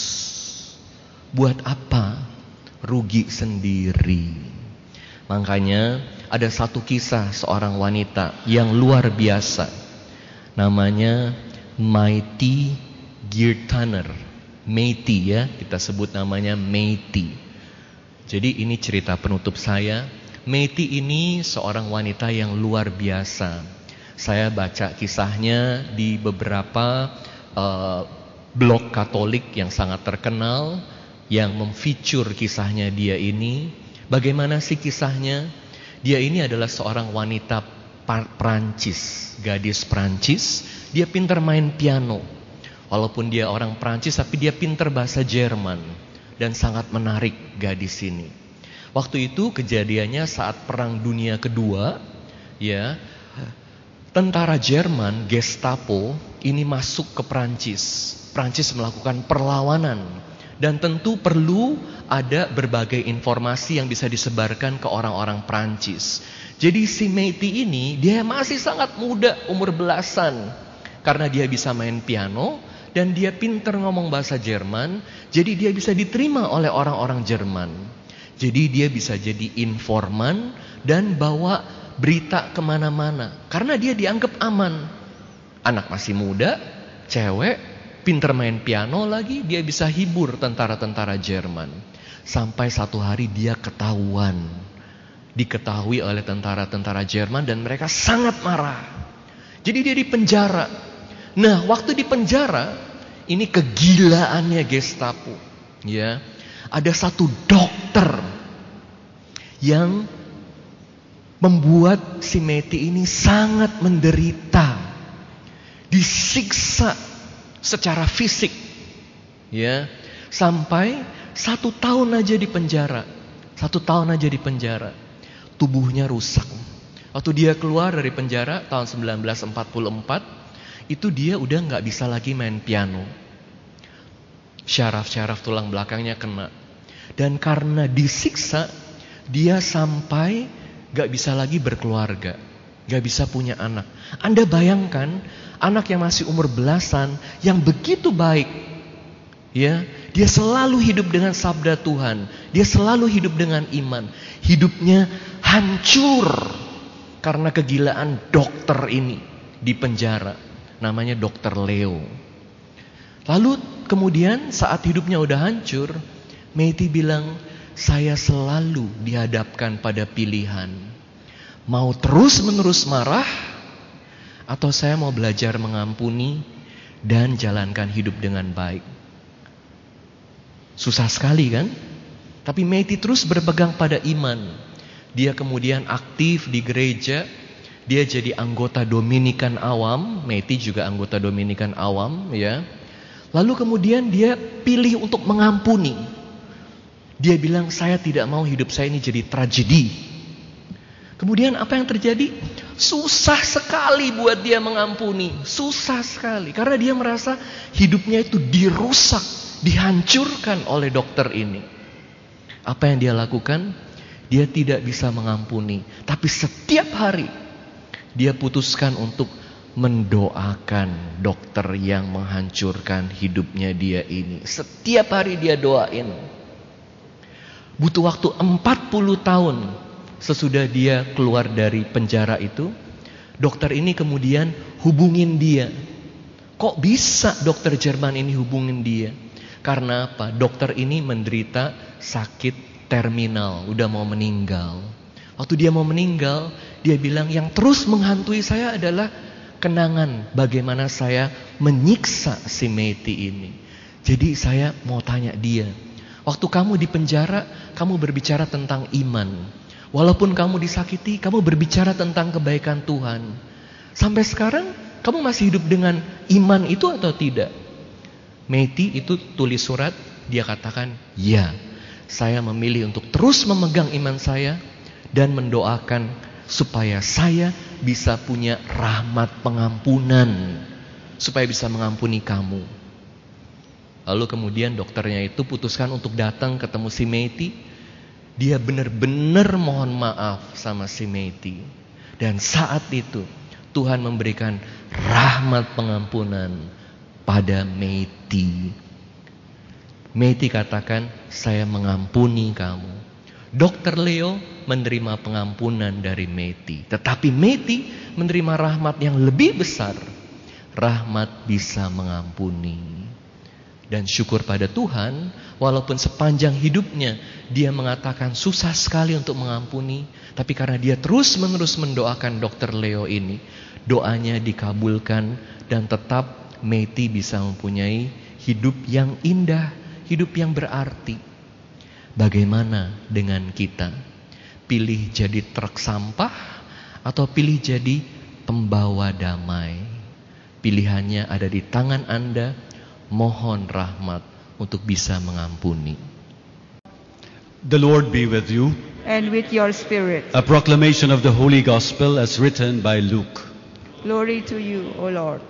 Buat apa? Rugi sendiri. Makanya ada satu kisah seorang wanita yang luar biasa. Namanya Maiti Geertaner. Maiti ya, kita sebut namanya Maiti. Jadi ini cerita penutup saya. Maiti ini seorang wanita yang luar biasa. Saya baca kisahnya di beberapa uh, blog Katolik yang sangat terkenal yang memfeature kisahnya dia ini. Bagaimana sih kisahnya? Dia ini adalah seorang wanita Prancis, gadis Prancis. Dia pintar main piano. Walaupun dia orang Prancis, tapi dia pintar bahasa Jerman dan sangat menarik gadis ini. Waktu itu kejadiannya saat Perang Dunia Kedua, ya. Tentara Jerman, Gestapo, ini masuk ke Prancis. Prancis melakukan perlawanan. Dan tentu perlu ada berbagai informasi yang bisa disebarkan ke orang-orang Prancis. Jadi si Maiti ini, dia masih sangat muda, umur belasan. Karena dia bisa main piano, dan dia pintar ngomong bahasa Jerman. Jadi dia bisa diterima oleh orang-orang Jerman. Jadi dia bisa jadi informan dan bawa berita kemana-mana. Karena dia dianggap aman. Anak masih muda, cewek, pinter main piano lagi, dia bisa hibur tentara-tentara Jerman. Sampai satu hari dia ketahuan. Diketahui oleh tentara-tentara Jerman dan mereka sangat marah. Jadi dia dipenjara. Nah, waktu dipenjara, ini kegilaannya Gestapo. Ya, ada satu dokter yang membuat si Maiti ini sangat menderita, disiksa secara fisik, ya, sampai satu tahun aja di penjara, satu tahun aja di penjara, tubuhnya rusak. Waktu dia keluar dari penjara tahun seribu sembilan ratus empat puluh empat, itu dia udah nggak bisa lagi main piano, syaraf-syaraf tulang belakangnya kena, dan karena disiksa, dia sampai gak bisa lagi berkeluarga, gak bisa punya anak. Anda bayangkan anak yang masih umur belasan, yang begitu baik, ya, dia selalu hidup dengan sabda Tuhan, dia selalu hidup dengan iman. Hidupnya hancur karena kegilaan dokter ini di penjara, namanya dokter Leo. Lalu kemudian saat hidupnya udah hancur, Maiti bilang, saya selalu dihadapkan pada pilihan. Mau terus-menerus marah, atau saya mau belajar mengampuni dan jalankan hidup dengan baik. Susah sekali kan? Tapi Maiti terus berpegang pada iman. Dia kemudian aktif di gereja. Dia jadi anggota Dominikan awam. Maiti juga anggota Dominikan awam, ya. Lalu kemudian dia pilih untuk mengampuni. Dia bilang, saya tidak mau hidup saya ini jadi tragedi. Kemudian apa yang terjadi? Susah sekali buat dia mengampuni. Susah sekali. Karena dia merasa hidupnya itu dirusak, dihancurkan oleh dokter ini. Apa yang dia lakukan? Dia tidak bisa mengampuni. Tapi setiap hari dia putuskan untuk mendoakan dokter yang menghancurkan hidupnya dia ini. Setiap hari dia doain. Butuh waktu empat puluh tahun sesudah dia keluar dari penjara itu, dokter ini kemudian hubungin dia. Kok bisa dokter Jerman ini hubungin dia? Karena apa? Dokter ini menderita sakit terminal, udah mau meninggal. Waktu dia mau meninggal, Dia bilang yang terus menghantui saya adalah kenangan bagaimana saya menyiksa si Meti ini. Jadi saya mau tanya dia, waktu kamu di penjara, kamu berbicara tentang iman. Walaupun kamu disakiti, kamu berbicara tentang kebaikan Tuhan. Sampai sekarang, kamu masih hidup dengan iman itu atau tidak? Meti itu tulis surat, dia katakan, ya, saya memilih untuk terus memegang iman saya dan mendoakan supaya saya bisa punya rahmat pengampunan, supaya bisa mengampuni kamu. Lalu kemudian dokternya itu putuskan untuk datang ketemu si Meti. Dia benar-benar mohon maaf sama si Meti. Dan saat itu Tuhan memberikan rahmat pengampunan pada Meti. Meti katakan, saya mengampuni kamu. Dokter Leo menerima pengampunan dari Meti. Tetapi Meti menerima rahmat yang lebih besar. Rahmat bisa mengampuni. Dan syukur pada Tuhan, walaupun sepanjang hidupnya dia mengatakan susah sekali untuk mengampuni, tapi karena dia terus-menerus mendoakan dokter Leo ini, doanya dikabulkan dan tetap Meti bisa mempunyai hidup yang indah, hidup yang berarti. Bagaimana dengan kita? Pilih jadi truk sampah atau pilih jadi pembawa damai? Pilihannya ada di tangan Anda. Mohon rahmat untuk bisa mengampuni. The Lord be with you. And with your spirit. A proclamation of the Holy Gospel as written by Luke. Glory to you, O Lord.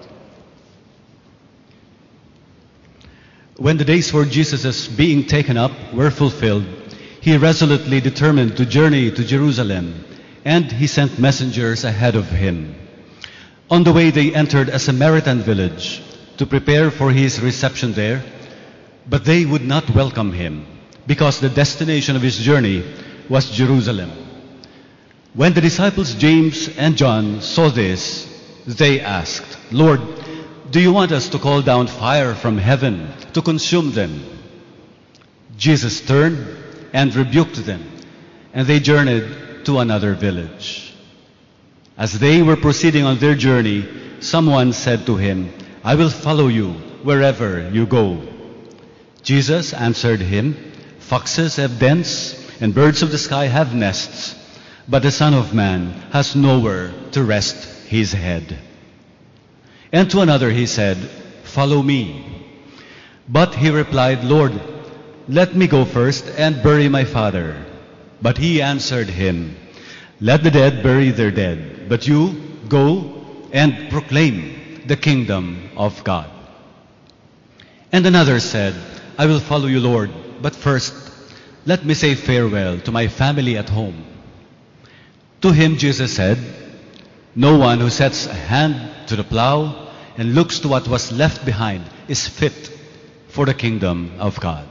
When the days for Jesus' being taken up were fulfilled, he resolutely determined to journey to Jerusalem, and he sent messengers ahead of him. On the way they entered a Samaritan village to prepare for his reception there, but they would not welcome him, because the destination of his journey was Jerusalem. When the disciples James and John saw this, they asked, Lord, do you want us to call down fire from heaven to consume them? Jesus turned and rebuked them, and they journeyed to another village. As they were proceeding on their journey, someone said to him, I will follow you wherever you go. Jesus answered him, foxes have dens and birds of the sky have nests, but the Son of Man has nowhere to rest his head. And to another he said, follow me. But he replied, Lord, let me go first and bury my father. But he answered him, let the dead bury their dead, but you go and proclaim the kingdom of God. And another said, I will follow you, Lord, but first let me say farewell to my family at home. To him Jesus said, no one who sets a hand to the plow and looks to what was left behind is fit for the kingdom of God.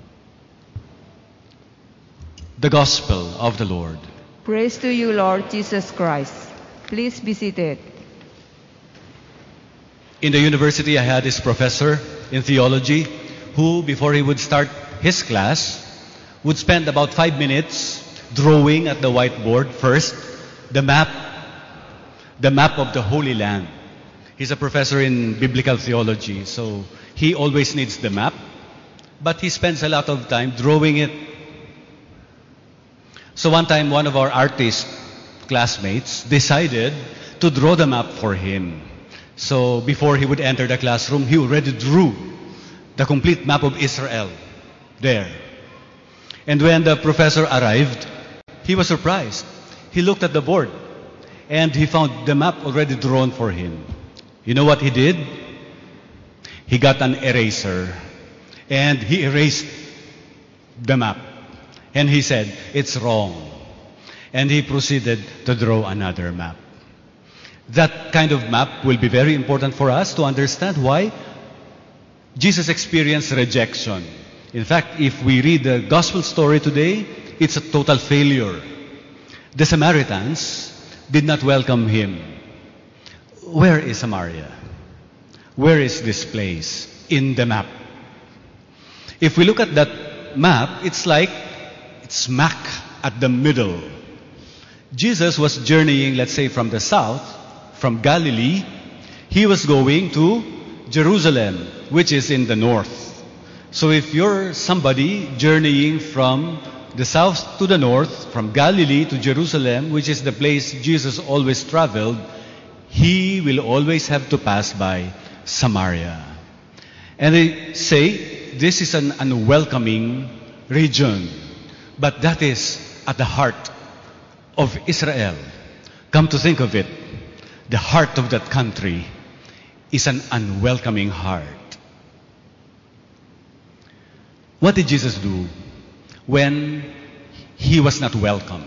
The Gospel of the Lord. Praise to you, Lord Jesus Christ. Please be seated. In the university, I had this professor in theology who, before he would start his class, would spend about five minutes drawing at the whiteboard first the map, the map of the Holy Land. He's a professor in biblical theology, so he always needs the map, but he spends a lot of time drawing it. So one time, one of our artist classmates decided to draw the map for him. So before he would enter the classroom, he already drew the complete map of Israel there. And when the professor arrived, he was surprised. He looked at the board and he found the map already drawn for him. You know what he did? He got an eraser and he erased the map. And he said, it's wrong. And he proceeded to draw another map. That kind of map will be very important for us to understand why Jesus experienced rejection. In fact, if we read the gospel story today, it's a total failure. The Samaritans did not welcome him. Where is Samaria? Where is this place in the map? If we look at that map, it's like it's smack at the middle. Jesus was journeying, let's say, from the south, from Galilee. He was going to Jerusalem, which is in the north. So if you're somebody journeying from the south to the north, from Galilee to Jerusalem, which is the place Jesus always traveled, he will always have to pass by Samaria. And they say this is an unwelcoming region, but that is at the heart of Israel. Come to think of it, the heart of that country is an unwelcoming heart. What did Jesus do when he was not welcome?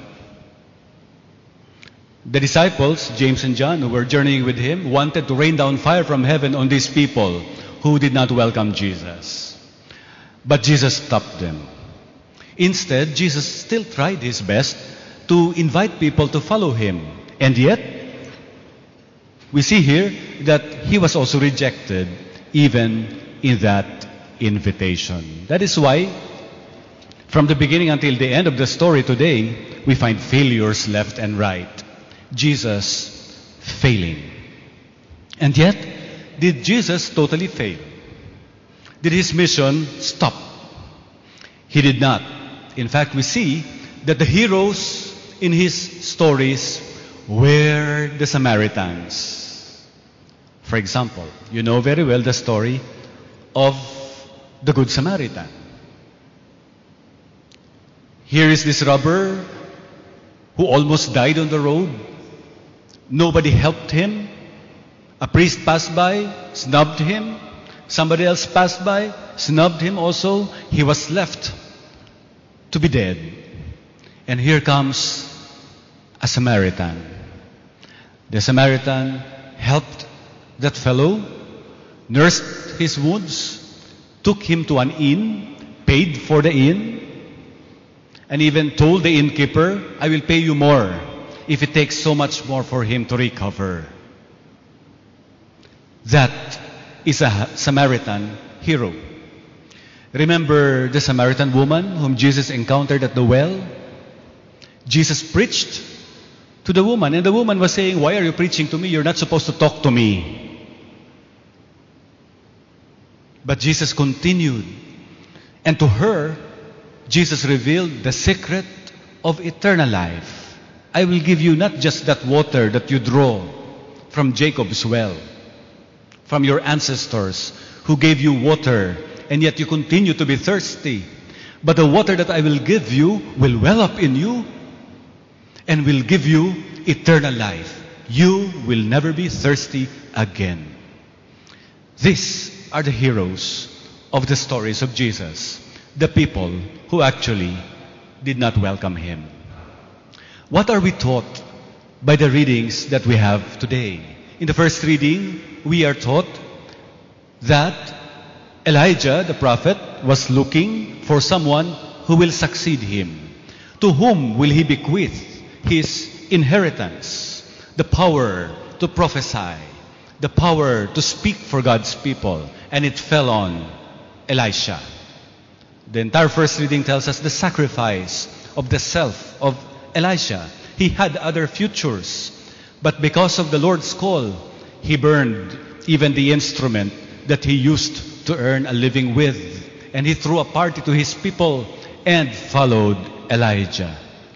The disciples, James and John, who were journeying with him, wanted to rain down fire from heaven on these people who did not welcome Jesus. But Jesus stopped them. Instead, Jesus still tried his best to invite people to follow him. And yet, we see here that he was also rejected even in that invitation. That is why, from the beginning until the end of the story today, we find failures left and right. Jesus failing. And yet, did Jesus totally fail? Did his mission stop? He did not. In fact, we see that the heroes in his stories were the Samaritans. For example, you know very well the story of the Good Samaritan. Here is this robber who almost died on the road. Nobody helped him. A priest passed by, snubbed him. Somebody else passed by, snubbed him also. He was left to be dead. And here comes a Samaritan. The Samaritan helped that fellow, nursed his wounds, took him to an inn, paid for the inn, and even told the innkeeper, I will pay you more if it takes so much more for him to recover. That is a Samaritan hero. Remember the Samaritan woman whom Jesus encountered at the well? Jesus preached to the woman, and the woman was saying, why are you preaching to me? You're not supposed to talk to me. But Jesus continued. And to her, Jesus revealed the secret of eternal life. I will give you not just that water that you draw from Jacob's well, from your ancestors who gave you water, and yet you continue to be thirsty. But the water that I will give you will well up in you and will give you eternal life. You will never be thirsty again. These are the heroes of the stories of Jesus, the people who actually did not welcome him. What are we taught by the readings that we have today? In the first reading, we are taught that Elijah, the prophet, was looking for someone who will succeed him. To whom will he bequeath his inheritance, the power to prophesy, the power to speak for God's people? And it fell on Elisha. The entire first reading tells us the sacrifice of the self of Elisha. He had other futures, but because of the Lord's call, he burned even the instrument that he used to earn a living with. And he threw a party to his people and followed Elijah.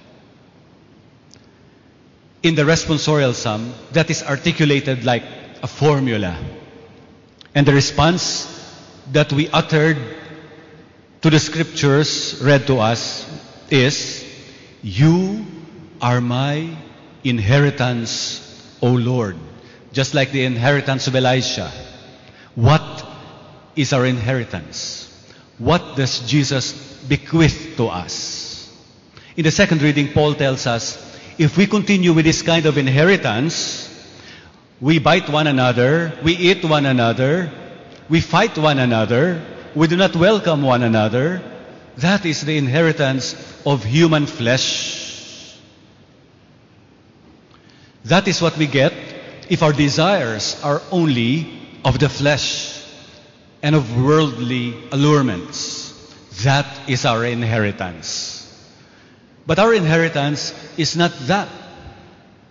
In the responsorial psalm, that is articulated like a formula. And the response that we uttered to the scriptures read to us is, you are my inheritance, O Lord. Just like the inheritance of Elisha. What is our inheritance? What does Jesus bequeath to us? In the second reading, Paul tells us, if we continue with this kind of inheritance, we bite one another, we eat one another, we fight one another, we do not welcome one another. That is the inheritance of human flesh. That is what we get if our desires are only of the flesh and of worldly allurements. That is our inheritance. But our inheritance is not that.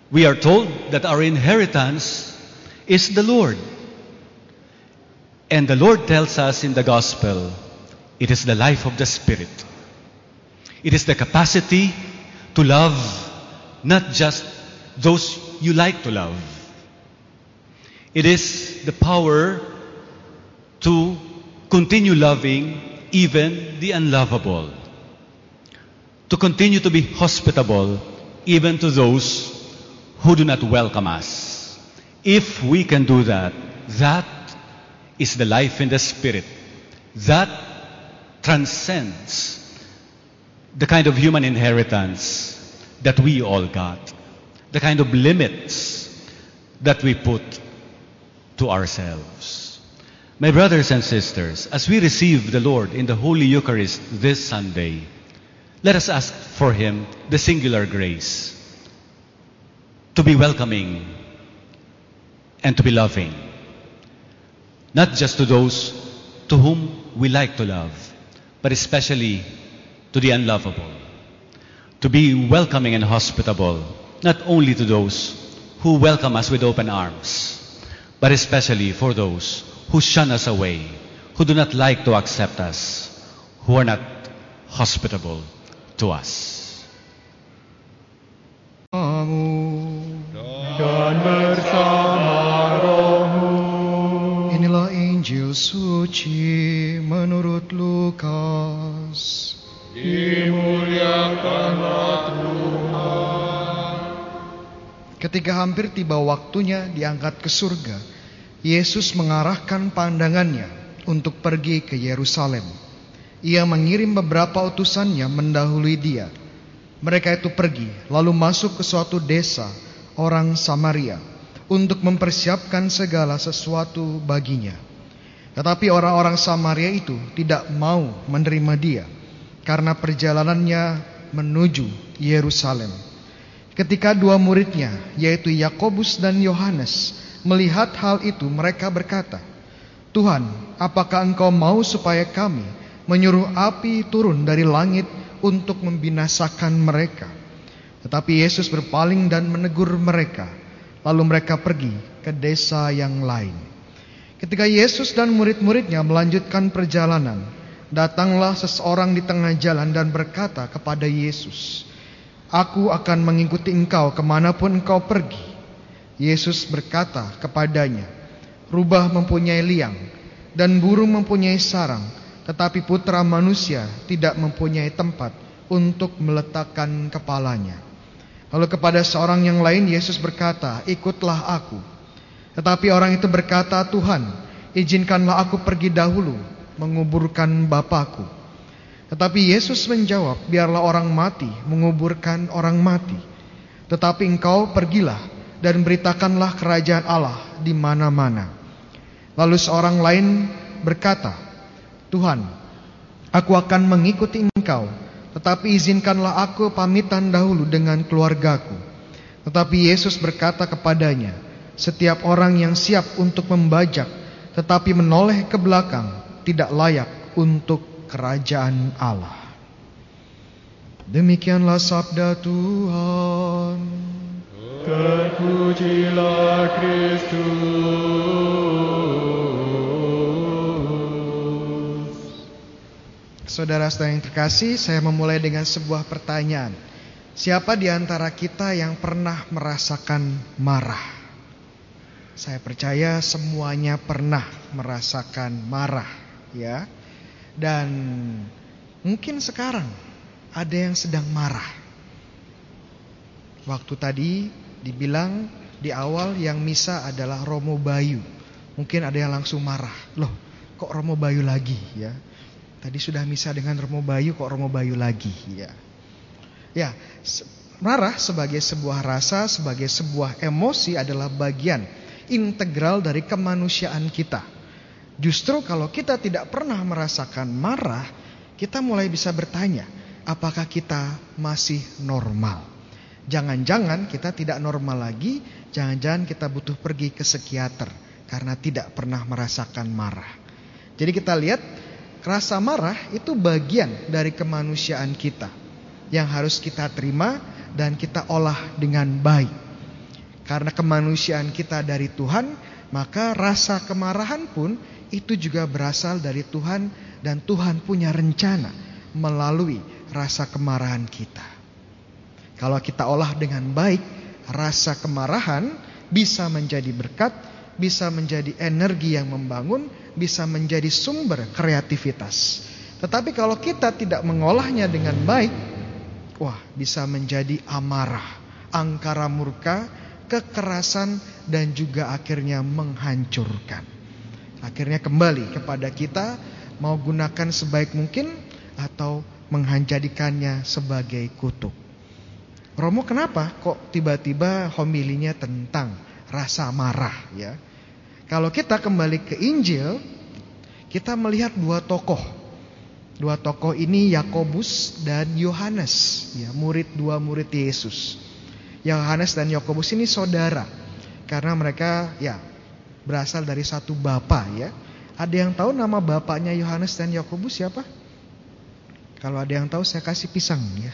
we are told that our inheritance is the Lord. And the Lord tells us in the gospel, it is the life of the Spirit. It is the capacity to love not just those you like to love. It is the power to continue loving even the unlovable. To continue to be hospitable even to those who do not welcome us. If we can do that, that is the life in the Spirit. That transcends the kind of human inheritance that we all got. The kind of limits that we put to ourselves. My brothers and sisters, as we receive the Lord in the Holy Eucharist this Sunday, let us ask for Him the singular grace to be welcoming and to be loving. Not just to those to whom we like to love, but especially to the unlovable. To be welcoming and hospitable, not only to those who welcome us with open arms, but especially for those who shun us away, who do not like to accept us, who are not hospitable to us. Dan bersama rohmu. Inilah Injil suci menurut Lukas. Dimuliakanlah Tuhan. Ketika hampir tiba waktunya diangkat ke surga, Yesus mengarahkan pandangannya untuk pergi ke Yerusalem. Ia mengirim beberapa utusannya mendahului dia. Mereka itu pergi, lalu masuk ke suatu desa orang Samaria untuk mempersiapkan segala sesuatu baginya. Tetapi orang-orang Samaria itu tidak mau menerima dia karena perjalanannya menuju Yerusalem. Ketika dua muridnya, yaitu Yakobus dan Yohanes, melihat hal itu, mereka berkata, "Tuhan, apakah Engkau mau supaya kami menyuruh api turun dari langit untuk membinasakan mereka?" Tetapi Yesus berpaling dan menegur mereka. Lalu mereka pergi ke desa yang lain. Ketika Yesus dan murid-muridnya melanjutkan perjalanan, datanglah seseorang di tengah jalan dan berkata kepada Yesus, "Aku akan mengikuti Engkau kemanapun Engkau pergi." Yesus berkata kepadanya, "Rubah mempunyai liang dan burung mempunyai sarang, tetapi putra manusia tidak mempunyai tempat untuk meletakkan kepalanya." Lalu kepada seorang yang lain Yesus berkata, "Ikutlah aku." Tetapi orang itu berkata, "Tuhan, izinkanlah aku pergi dahulu menguburkan Bapakku." Tetapi Yesus menjawab, "Biarlah orang mati menguburkan orang mati. Tetapi engkau pergilah dan beritakanlah kerajaan Allah di mana-mana." Lalu seorang lain berkata, "Tuhan, aku akan mengikuti Engkau, tetapi izinkanlah aku pamitan dahulu dengan keluargaku." Tetapi Yesus berkata kepadanya, "Setiap orang yang siap untuk membajak, tetapi menoleh ke belakang, tidak layak untuk kerajaan Allah." Demikianlah sabda Tuhan. Terpujilah Kristus. Saudara-saudara yang terkasih, saya memulai dengan sebuah pertanyaan. Siapa di antara kita yang pernah merasakan marah? Saya percaya semuanya pernah merasakan marah, ya. Dan mungkin sekarang ada yang sedang marah. Waktu tadi dibilang di awal yang misa adalah Romo Bayu. Mungkin ada yang langsung marah. Loh, kok Romo Bayu lagi, ya? Tadi sudah misa dengan Romo Bayu, kok Romo Bayu lagi, ya? Ya, marah sebagai sebuah rasa, sebagai sebuah emosi adalah bagian integral dari kemanusiaan kita. Justru kalau kita tidak pernah merasakan marah, kita mulai bisa bertanya, apakah kita masih normal? Jangan-jangan kita tidak normal lagi, jangan-jangan kita butuh pergi ke psikiater karena tidak pernah merasakan marah. Jadi kita lihat, rasa marah itu bagian dari kemanusiaan kita yang harus kita terima dan kita olah dengan baik. Karena kemanusiaan kita dari Tuhan, maka rasa kemarahan pun itu juga berasal dari Tuhan, dan Tuhan punya rencana melalui rasa kemarahan kita. Kalau kita olah dengan baik, rasa kemarahan bisa menjadi berkat, bisa menjadi energi yang membangun, bisa menjadi sumber kreativitas. Tetapi kalau kita tidak mengolahnya dengan baik, wah, bisa menjadi amarah, angkara murka, kekerasan, dan juga akhirnya menghancurkan. Akhirnya kembali kepada kita, mau gunakan sebaik mungkin atau menjadikannya sebagai kutuk. Romo kenapa kok tiba-tiba homilinya tentang rasa marah ya? Kalau kita kembali ke Injil, kita melihat dua tokoh. Dua tokoh ini Yakobus dan Yohanes, ya, murid dua murid Yesus. Yohanes dan Yakobus ini saudara, karena mereka ya berasal dari satu bapak ya. Ada yang tahu nama bapaknya Yohanes dan Yakobus siapa? Kalau ada yang tahu saya kasih pisang ya.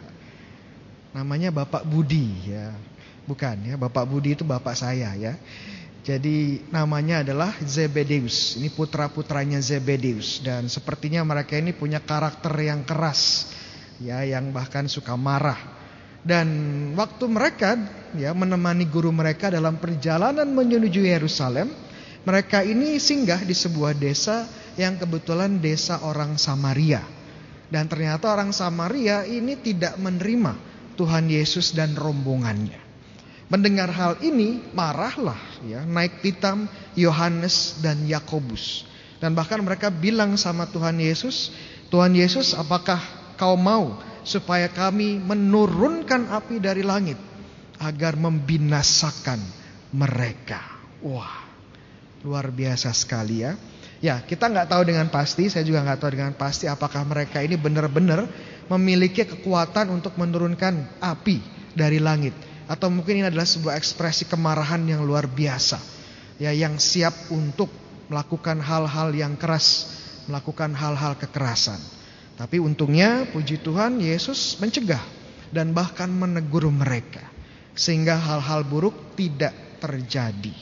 Namanya Bapak Budi ya. Bukan ya, Bapak Budi itu bapak saya ya. Jadi namanya adalah Zebedeus. Ini putra-putranya Zebedeus, dan sepertinya mereka ini punya karakter yang keras ya, yang bahkan suka marah. Dan waktu mereka ya menemani guru mereka dalam perjalanan menuju Yerusalem, mereka ini singgah di sebuah desa yang kebetulan desa orang Samaria. Dan ternyata orang Samaria ini tidak menerima Tuhan Yesus dan rombongannya. Mendengar hal ini, marahlah ya, naik pitam Yohanes dan Yakobus. Dan bahkan mereka bilang sama Tuhan Yesus, Tuhan Yesus, apakah kau mau supaya kami menurunkan api dari langit agar membinasakan mereka? Wah, luar biasa sekali ya. Ya, kita nggak tahu dengan pasti, saya juga nggak tahu dengan pasti apakah mereka ini benar-benar memiliki kekuatan untuk menurunkan api dari langit. Atau mungkin ini adalah sebuah ekspresi kemarahan yang luar biasa ya, yang siap untuk melakukan hal-hal yang keras, melakukan hal-hal kekerasan. Tapi untungnya puji Tuhan Yesus mencegah dan bahkan menegur mereka, sehingga hal-hal buruk tidak terjadi.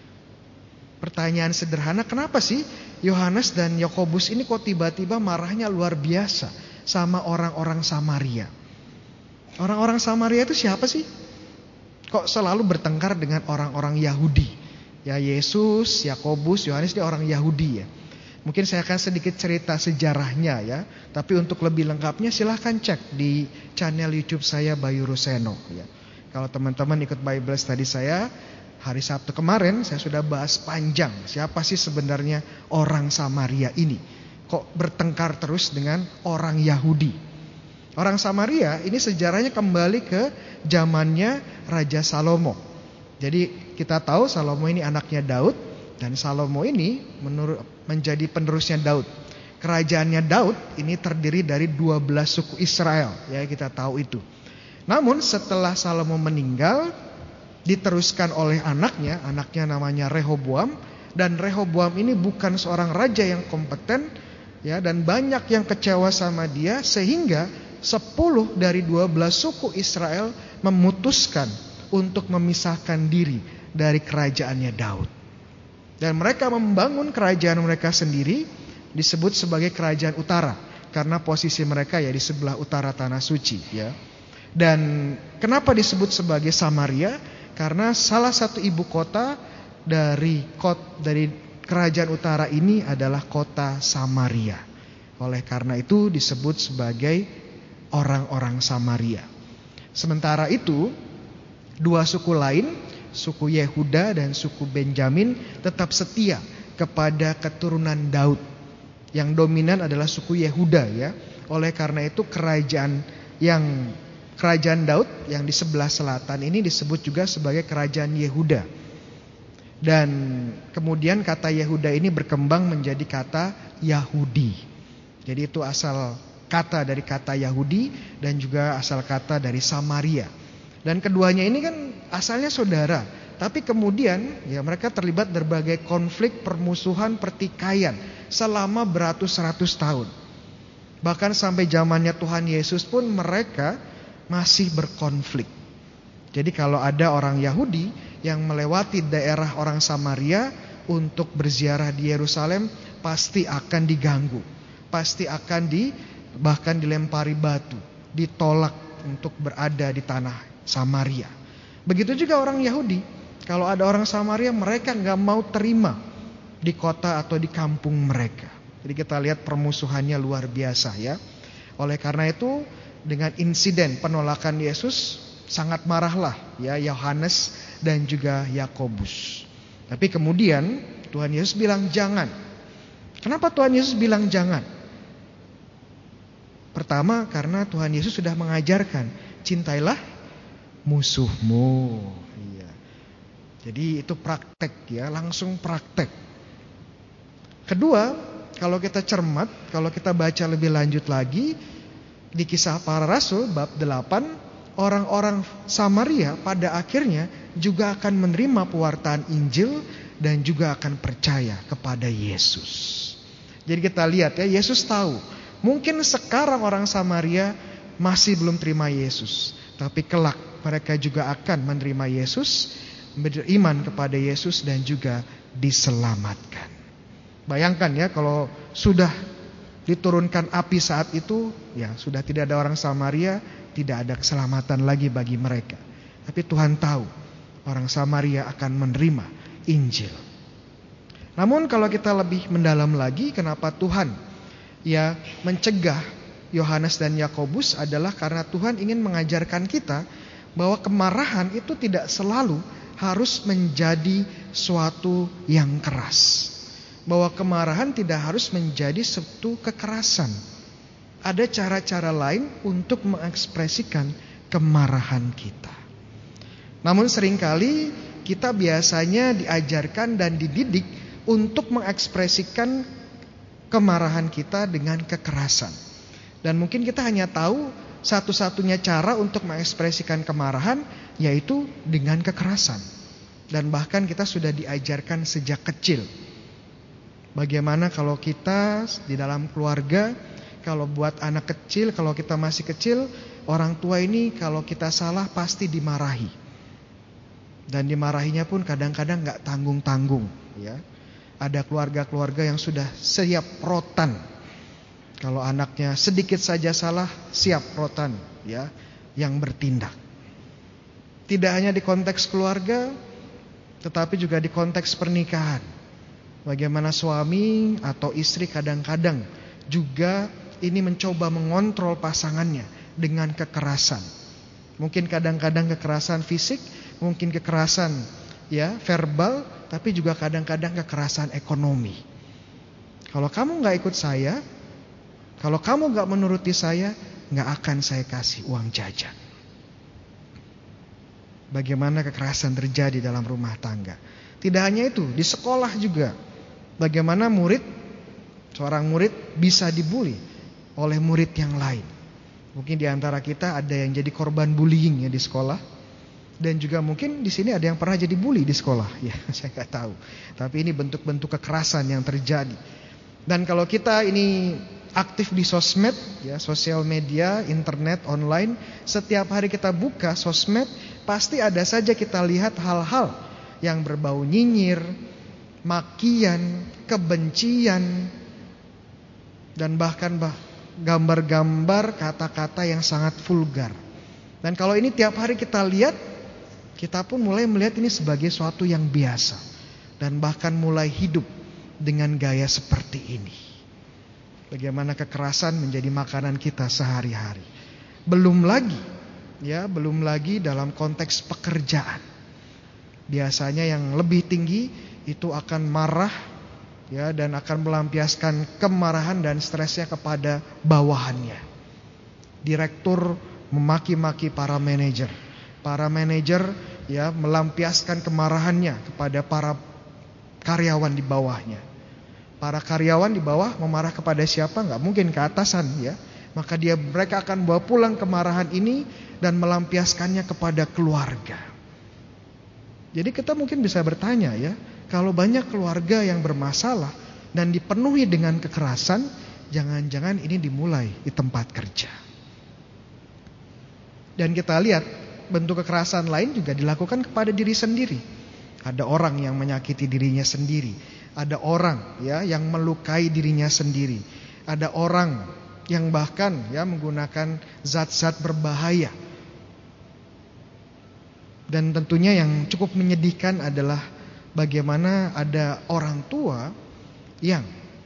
Pertanyaan sederhana, kenapa sih Yohanes dan Yakobus ini kok tiba-tiba marahnya luar biasa sama orang-orang Samaria? Orang-orang Samaria itu siapa sih? Kok selalu bertengkar dengan orang-orang Yahudi? Ya, Yesus, Yakobus, Yohanes dia orang Yahudi ya. Mungkin saya akan sedikit cerita sejarahnya ya. Tapi untuk lebih lengkapnya silahkan cek di channel YouTube saya Bayu Ruseno ya. Kalau teman-teman ikut Bible Study saya hari Sabtu kemarin, saya sudah bahas panjang siapa sih sebenarnya orang Samaria ini. Kok bertengkar terus dengan orang Yahudi? Orang Samaria ini sejarahnya kembali ke zamannya Raja Salomo. Jadi kita tahu Salomo ini anaknya Daud, dan Salomo ini menurut menjadi penerusnya Daud. Kerajaannya Daud ini terdiri dari dua belas suku Israel, ya kita tahu itu. Namun setelah Salomo meninggal, diteruskan oleh anaknya, anaknya namanya Rehoboam, dan Rehoboam ini bukan seorang raja yang kompeten, ya, dan banyak yang kecewa sama dia, sehingga sepuluh dari dua belas suku Israel memutuskan untuk memisahkan diri dari kerajaannya Daud. Dan mereka membangun kerajaan mereka sendiri, disebut sebagai kerajaan utara, karena posisi mereka ya di sebelah utara tanah suci ya. Dan kenapa disebut sebagai Samaria? Karena salah satu ibu kota dari kot dari kerajaan utara ini adalah kota Samaria. Oleh karena itu disebut sebagai orang-orang Samaria. Sementara itu, dua suku lain, suku Yehuda dan suku Benjamin, tetap setia kepada keturunan Daud. Yang dominan adalah suku Yehuda ya. Oleh karena itu kerajaan yang kerajaan Daud yang di sebelah selatan ini disebut juga sebagai kerajaan Yehuda. Dan kemudian kata Yehuda ini berkembang menjadi kata Yahudi. Jadi itu asal kata dari kata Yahudi dan juga asal kata dari Samaria. Dan keduanya ini kan asalnya saudara, tapi kemudian ya mereka terlibat berbagai konflik, permusuhan, pertikaian selama beratus-ratus tahun. Bahkan sampai zamannya Tuhan Yesus pun mereka masih berkonflik. Jadi kalau ada orang Yahudi yang melewati daerah orang Samaria untuk berziarah di Yerusalem, pasti akan diganggu, pasti akan di bahkan dilempari batu, ditolak untuk berada di tanah Samaria. Begitu juga orang Yahudi, kalau ada orang Samaria, mereka nggak mau terima di kota atau di kampung mereka. Jadi kita lihat permusuhannya luar biasa ya. Oleh karena itu, dengan insiden penolakan Yesus, sangat marahlah ya Yohanes dan juga Yakobus. Tapi kemudian Tuhan Yesus bilang jangan. Kenapa Tuhan Yesus bilang jangan? Pertama, karena Tuhan Yesus sudah mengajarkan, cintailah musuhmu. Iya. Jadi itu praktek ya, langsung praktek. Kedua, kalau kita cermat, kalau kita baca lebih lanjut lagi di Kisah Para Rasul bab delapan, orang-orang Samaria pada akhirnya juga akan menerima pewartaan Injil dan juga akan percaya kepada Yesus. Jadi kita lihat ya, Yesus tahu mungkin sekarang orang Samaria masih belum terima Yesus, tapi kelak mereka juga akan menerima Yesus, beriman kepada Yesus dan juga diselamatkan. Bayangkan ya, kalau sudah diturunkan api saat itu, ya sudah tidak ada orang Samaria, tidak ada keselamatan lagi bagi mereka. Tapi Tuhan tahu orang Samaria akan menerima Injil. Namun kalau kita lebih mendalam lagi, kenapa Tuhan ya mencegah Yohanes dan Yakobus adalah karena Tuhan ingin mengajarkan kita bahwa kemarahan itu tidak selalu harus menjadi suatu yang keras. Bahwa kemarahan tidak harus menjadi suatu kekerasan. Ada cara-cara lain untuk mengekspresikan kemarahan kita. Namun seringkali kita biasanya diajarkan dan dididik untuk mengekspresikan kemarahan kita dengan kekerasan. Dan mungkin kita hanya tahu satu-satunya cara untuk mengekspresikan kemarahan yaitu dengan kekerasan. Dan bahkan kita sudah diajarkan sejak kecil. Bagaimana kalau kita di dalam keluarga, kalau buat anak kecil, kalau kita masih kecil, orang tua ini kalau kita salah pasti dimarahi. Dan dimarahinya pun kadang-kadang gak tanggung-tanggung ya. Ada keluarga-keluarga yang sudah siap rotan. Kalau anaknya sedikit saja salah, siap rotan ya, yang bertindak. Tidak hanya di konteks keluarga, tetapi juga di konteks pernikahan. Bagaimana suami atau istri kadang-kadang juga ini mencoba mengontrol pasangannya dengan kekerasan. Mungkin kadang-kadang kekerasan fisik, mungkin kekerasan ya verbal, tapi juga kadang-kadang kekerasan ekonomi. Kalau kamu gak ikut saya, kalau kamu gak menuruti saya, gak akan saya kasih uang jajan. Bagaimana kekerasan terjadi dalam rumah tangga. Tidak hanya itu, di sekolah juga. Bagaimana murid, seorang murid bisa dibully oleh murid yang lain. Mungkin di antara kita ada yang jadi korban bullying ya di sekolah. Dan juga mungkin di sini ada yang pernah jadi bully di sekolah. Ya, saya nggak tahu. Tapi ini bentuk-bentuk kekerasan yang terjadi. Dan kalau kita ini aktif di sosmed, ya, sosial media, internet, online, setiap hari kita buka sosmed, pasti ada saja kita lihat hal-hal yang berbau nyinyir, makian, kebencian, dan bahkan bah, gambar-gambar, kata-kata yang sangat vulgar. Dan kalau ini tiap hari kita lihat, kita pun mulai melihat ini sebagai suatu yang biasa. Dan bahkan mulai hidup dengan gaya seperti ini. Bagaimana kekerasan menjadi makanan kita sehari-hari. Belum lagi, ya, belum lagi dalam konteks pekerjaan. Biasanya yang lebih tinggi itu akan marah ya, dan akan melampiaskan kemarahan dan stresnya kepada bawahannya. Direktur memaki-maki para manajer. Para manajer ya melampiaskan kemarahannya kepada para karyawan di bawahnya. Para karyawan di bawah memarah kepada siapa? Enggak mungkin ke atasan ya. Maka dia mereka akan bawa pulang kemarahan ini dan melampiaskannya kepada keluarga. Jadi kita mungkin bisa bertanya ya, kalau banyak keluarga yang bermasalah dan dipenuhi dengan kekerasan, jangan-jangan ini dimulai di tempat kerja. Dan kita lihat bentuk kekerasan lain juga dilakukan kepada diri sendiri. Ada orang yang menyakiti dirinya sendiri. Ada orang ya yang melukai dirinya sendiri. Ada orang yang bahkan ya menggunakan zat-zat berbahaya. Dan tentunya yang cukup menyedihkan adalah bagaimana ada orang tua yang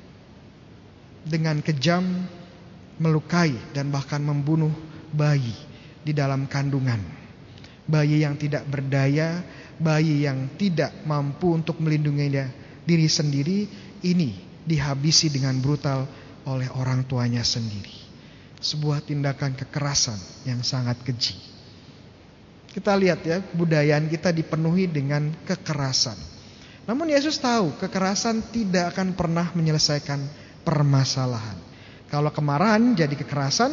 dengan kejam melukai dan bahkan membunuh bayi di dalam kandungan. Bayi yang tidak berdaya, bayi yang tidak mampu untuk melindungi diri sendiri, ini dihabisi dengan brutal oleh orang tuanya sendiri. Sebuah tindakan kekerasan yang sangat keji. Kita lihat ya, kebudayaan kita dipenuhi dengan kekerasan. Namun Yesus tahu kekerasan tidak akan pernah menyelesaikan permasalahan. Kalau kemarahan jadi kekerasan,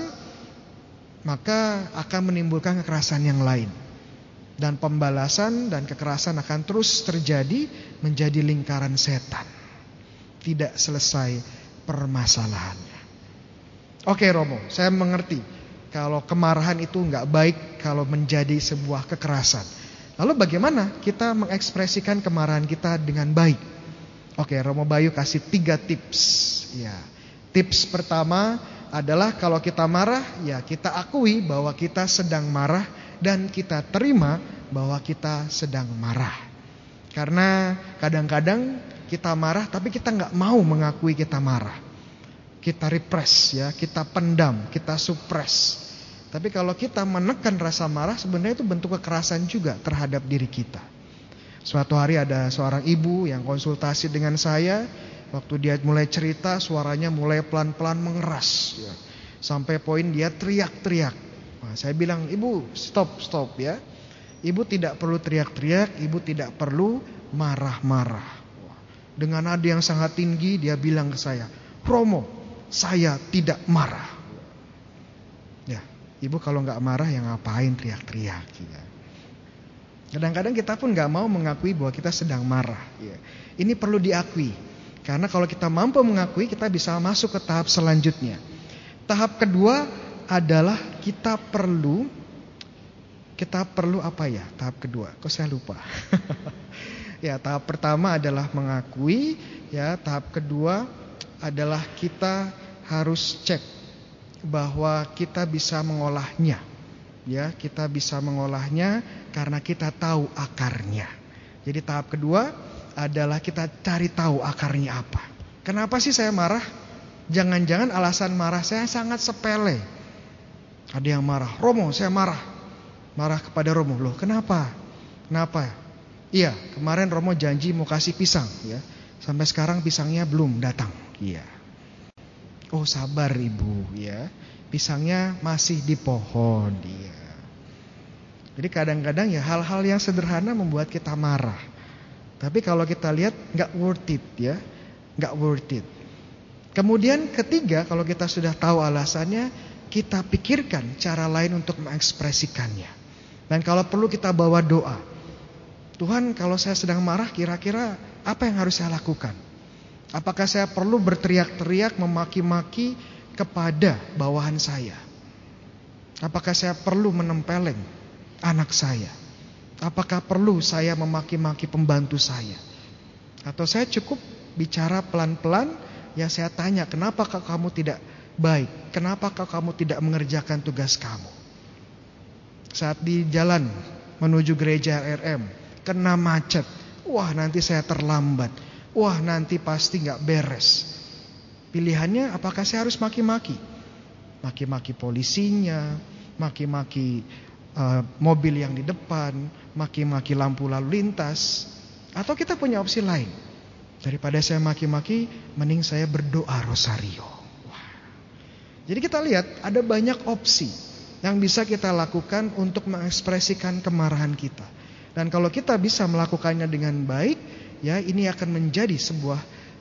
maka akan menimbulkan kekerasan yang lain. Dan pembalasan dan kekerasan akan terus terjadi menjadi lingkaran setan. Tidak selesai permasalahannya. Oke Romo, saya mengerti kalau kemarahan itu nggak baik kalau menjadi sebuah kekerasan. Lalu bagaimana kita mengekspresikan kemarahan kita dengan baik? Oke, Romo Bayu kasih tiga tips. Ya, tips pertama adalah kalau kita marah, ya kita akui bahwa kita sedang marah dan kita terima bahwa kita sedang marah. Karena kadang-kadang kita marah tapi kita nggak mau mengakui kita marah. Kita repress ya, kita pendam, kita suppress. Tapi kalau kita menekan rasa marah, sebenarnya itu bentuk kekerasan juga terhadap diri kita. Suatu hari ada seorang ibu yang konsultasi dengan saya. Waktu dia mulai cerita, suaranya mulai pelan-pelan mengeras ya. Sampai poin dia teriak-teriak. Nah, saya bilang, ibu stop, stop ya. Ibu tidak perlu teriak-teriak, ibu tidak perlu marah-marah. Dengan nada yang sangat tinggi dia bilang ke saya, Romo, saya tidak marah. Ya, ibu kalau nggak marah ya ngapain teriak-teriak? Ya. Kadang-kadang kita pun nggak mau mengakui bahwa kita sedang marah. Ya. Ini perlu diakui, karena kalau kita mampu mengakui, kita bisa masuk ke tahap selanjutnya. Tahap kedua adalah kita perlu, kita perlu apa ya? Tahap kedua, kok saya lupa? Ya, tahap pertama adalah mengakui. Ya, tahap kedua adalah kita harus cek bahwa kita bisa mengolahnya. Ya, kita bisa mengolahnya karena kita tahu akarnya. Jadi tahap kedua adalah kita cari tahu akarnya apa. Kenapa sih saya marah? Jangan-jangan alasan marah saya sangat sepele. Ada yang marah, Romo saya marah. Marah kepada Romo, loh kenapa? Kenapa? Iya, kemarin Romo janji mau kasih pisang ya. Sampai sekarang pisangnya belum datang. Iya. Oh sabar ibu ya. Pisangnya masih di pohon dia. Jadi kadang-kadang ya hal-hal yang sederhana membuat kita marah. Tapi kalau kita lihat nggak worth it ya, nggak worth it. Kemudian ketiga, kalau kita sudah tahu alasannya, kita pikirkan cara lain untuk mengekspresikannya. Dan kalau perlu kita bawa doa. Tuhan, kalau saya sedang marah, kira-kira apa yang harus saya lakukan? Apakah saya perlu berteriak-teriak memaki-maki kepada bawahan saya? Apakah saya perlu menempeleng anak saya? Apakah perlu saya memaki-maki pembantu saya? Atau saya cukup bicara pelan-pelan, ya saya tanya, kenapa kamu tidak baik? Kenapa kamu tidak mengerjakan tugas kamu? Saat di jalan menuju gereja R M, kena macet, wah nanti saya terlambat, wah nanti pasti gak beres. Pilihannya apakah saya harus maki-maki? Maki-maki polisinya, maki-maki uh, mobil yang di depan, maki-maki lampu lalu lintas. Atau kita punya opsi lain. Daripada saya maki-maki, mending saya berdoa rosario. Wah. Jadi kita lihat ada banyak opsi yang bisa kita lakukan untuk mengekspresikan kemarahan kita. Dan kalau kita bisa melakukannya dengan baik, ya ini akan menjadi sebuah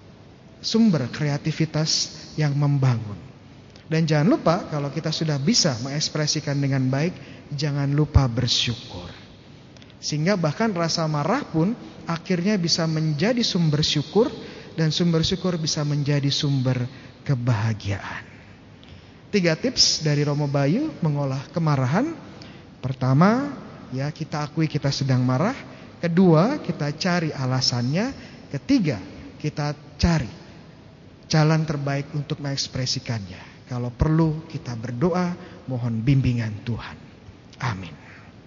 sumber kreativitas yang membangun. Dan jangan lupa kalau kita sudah bisa mengekspresikan dengan baik, jangan lupa bersyukur. Sehingga bahkan rasa marah pun akhirnya bisa menjadi sumber syukur, dan sumber syukur bisa menjadi sumber kebahagiaan. Tiga tips dari Romo Bayu mengolah kemarahan. Pertama, ya kita akui kita sedang marah. Kedua, kita cari alasannya. Ketiga, kita cari jalan terbaik untuk mengekspresikannya. Kalau perlu kita berdoa, mohon bimbingan Tuhan.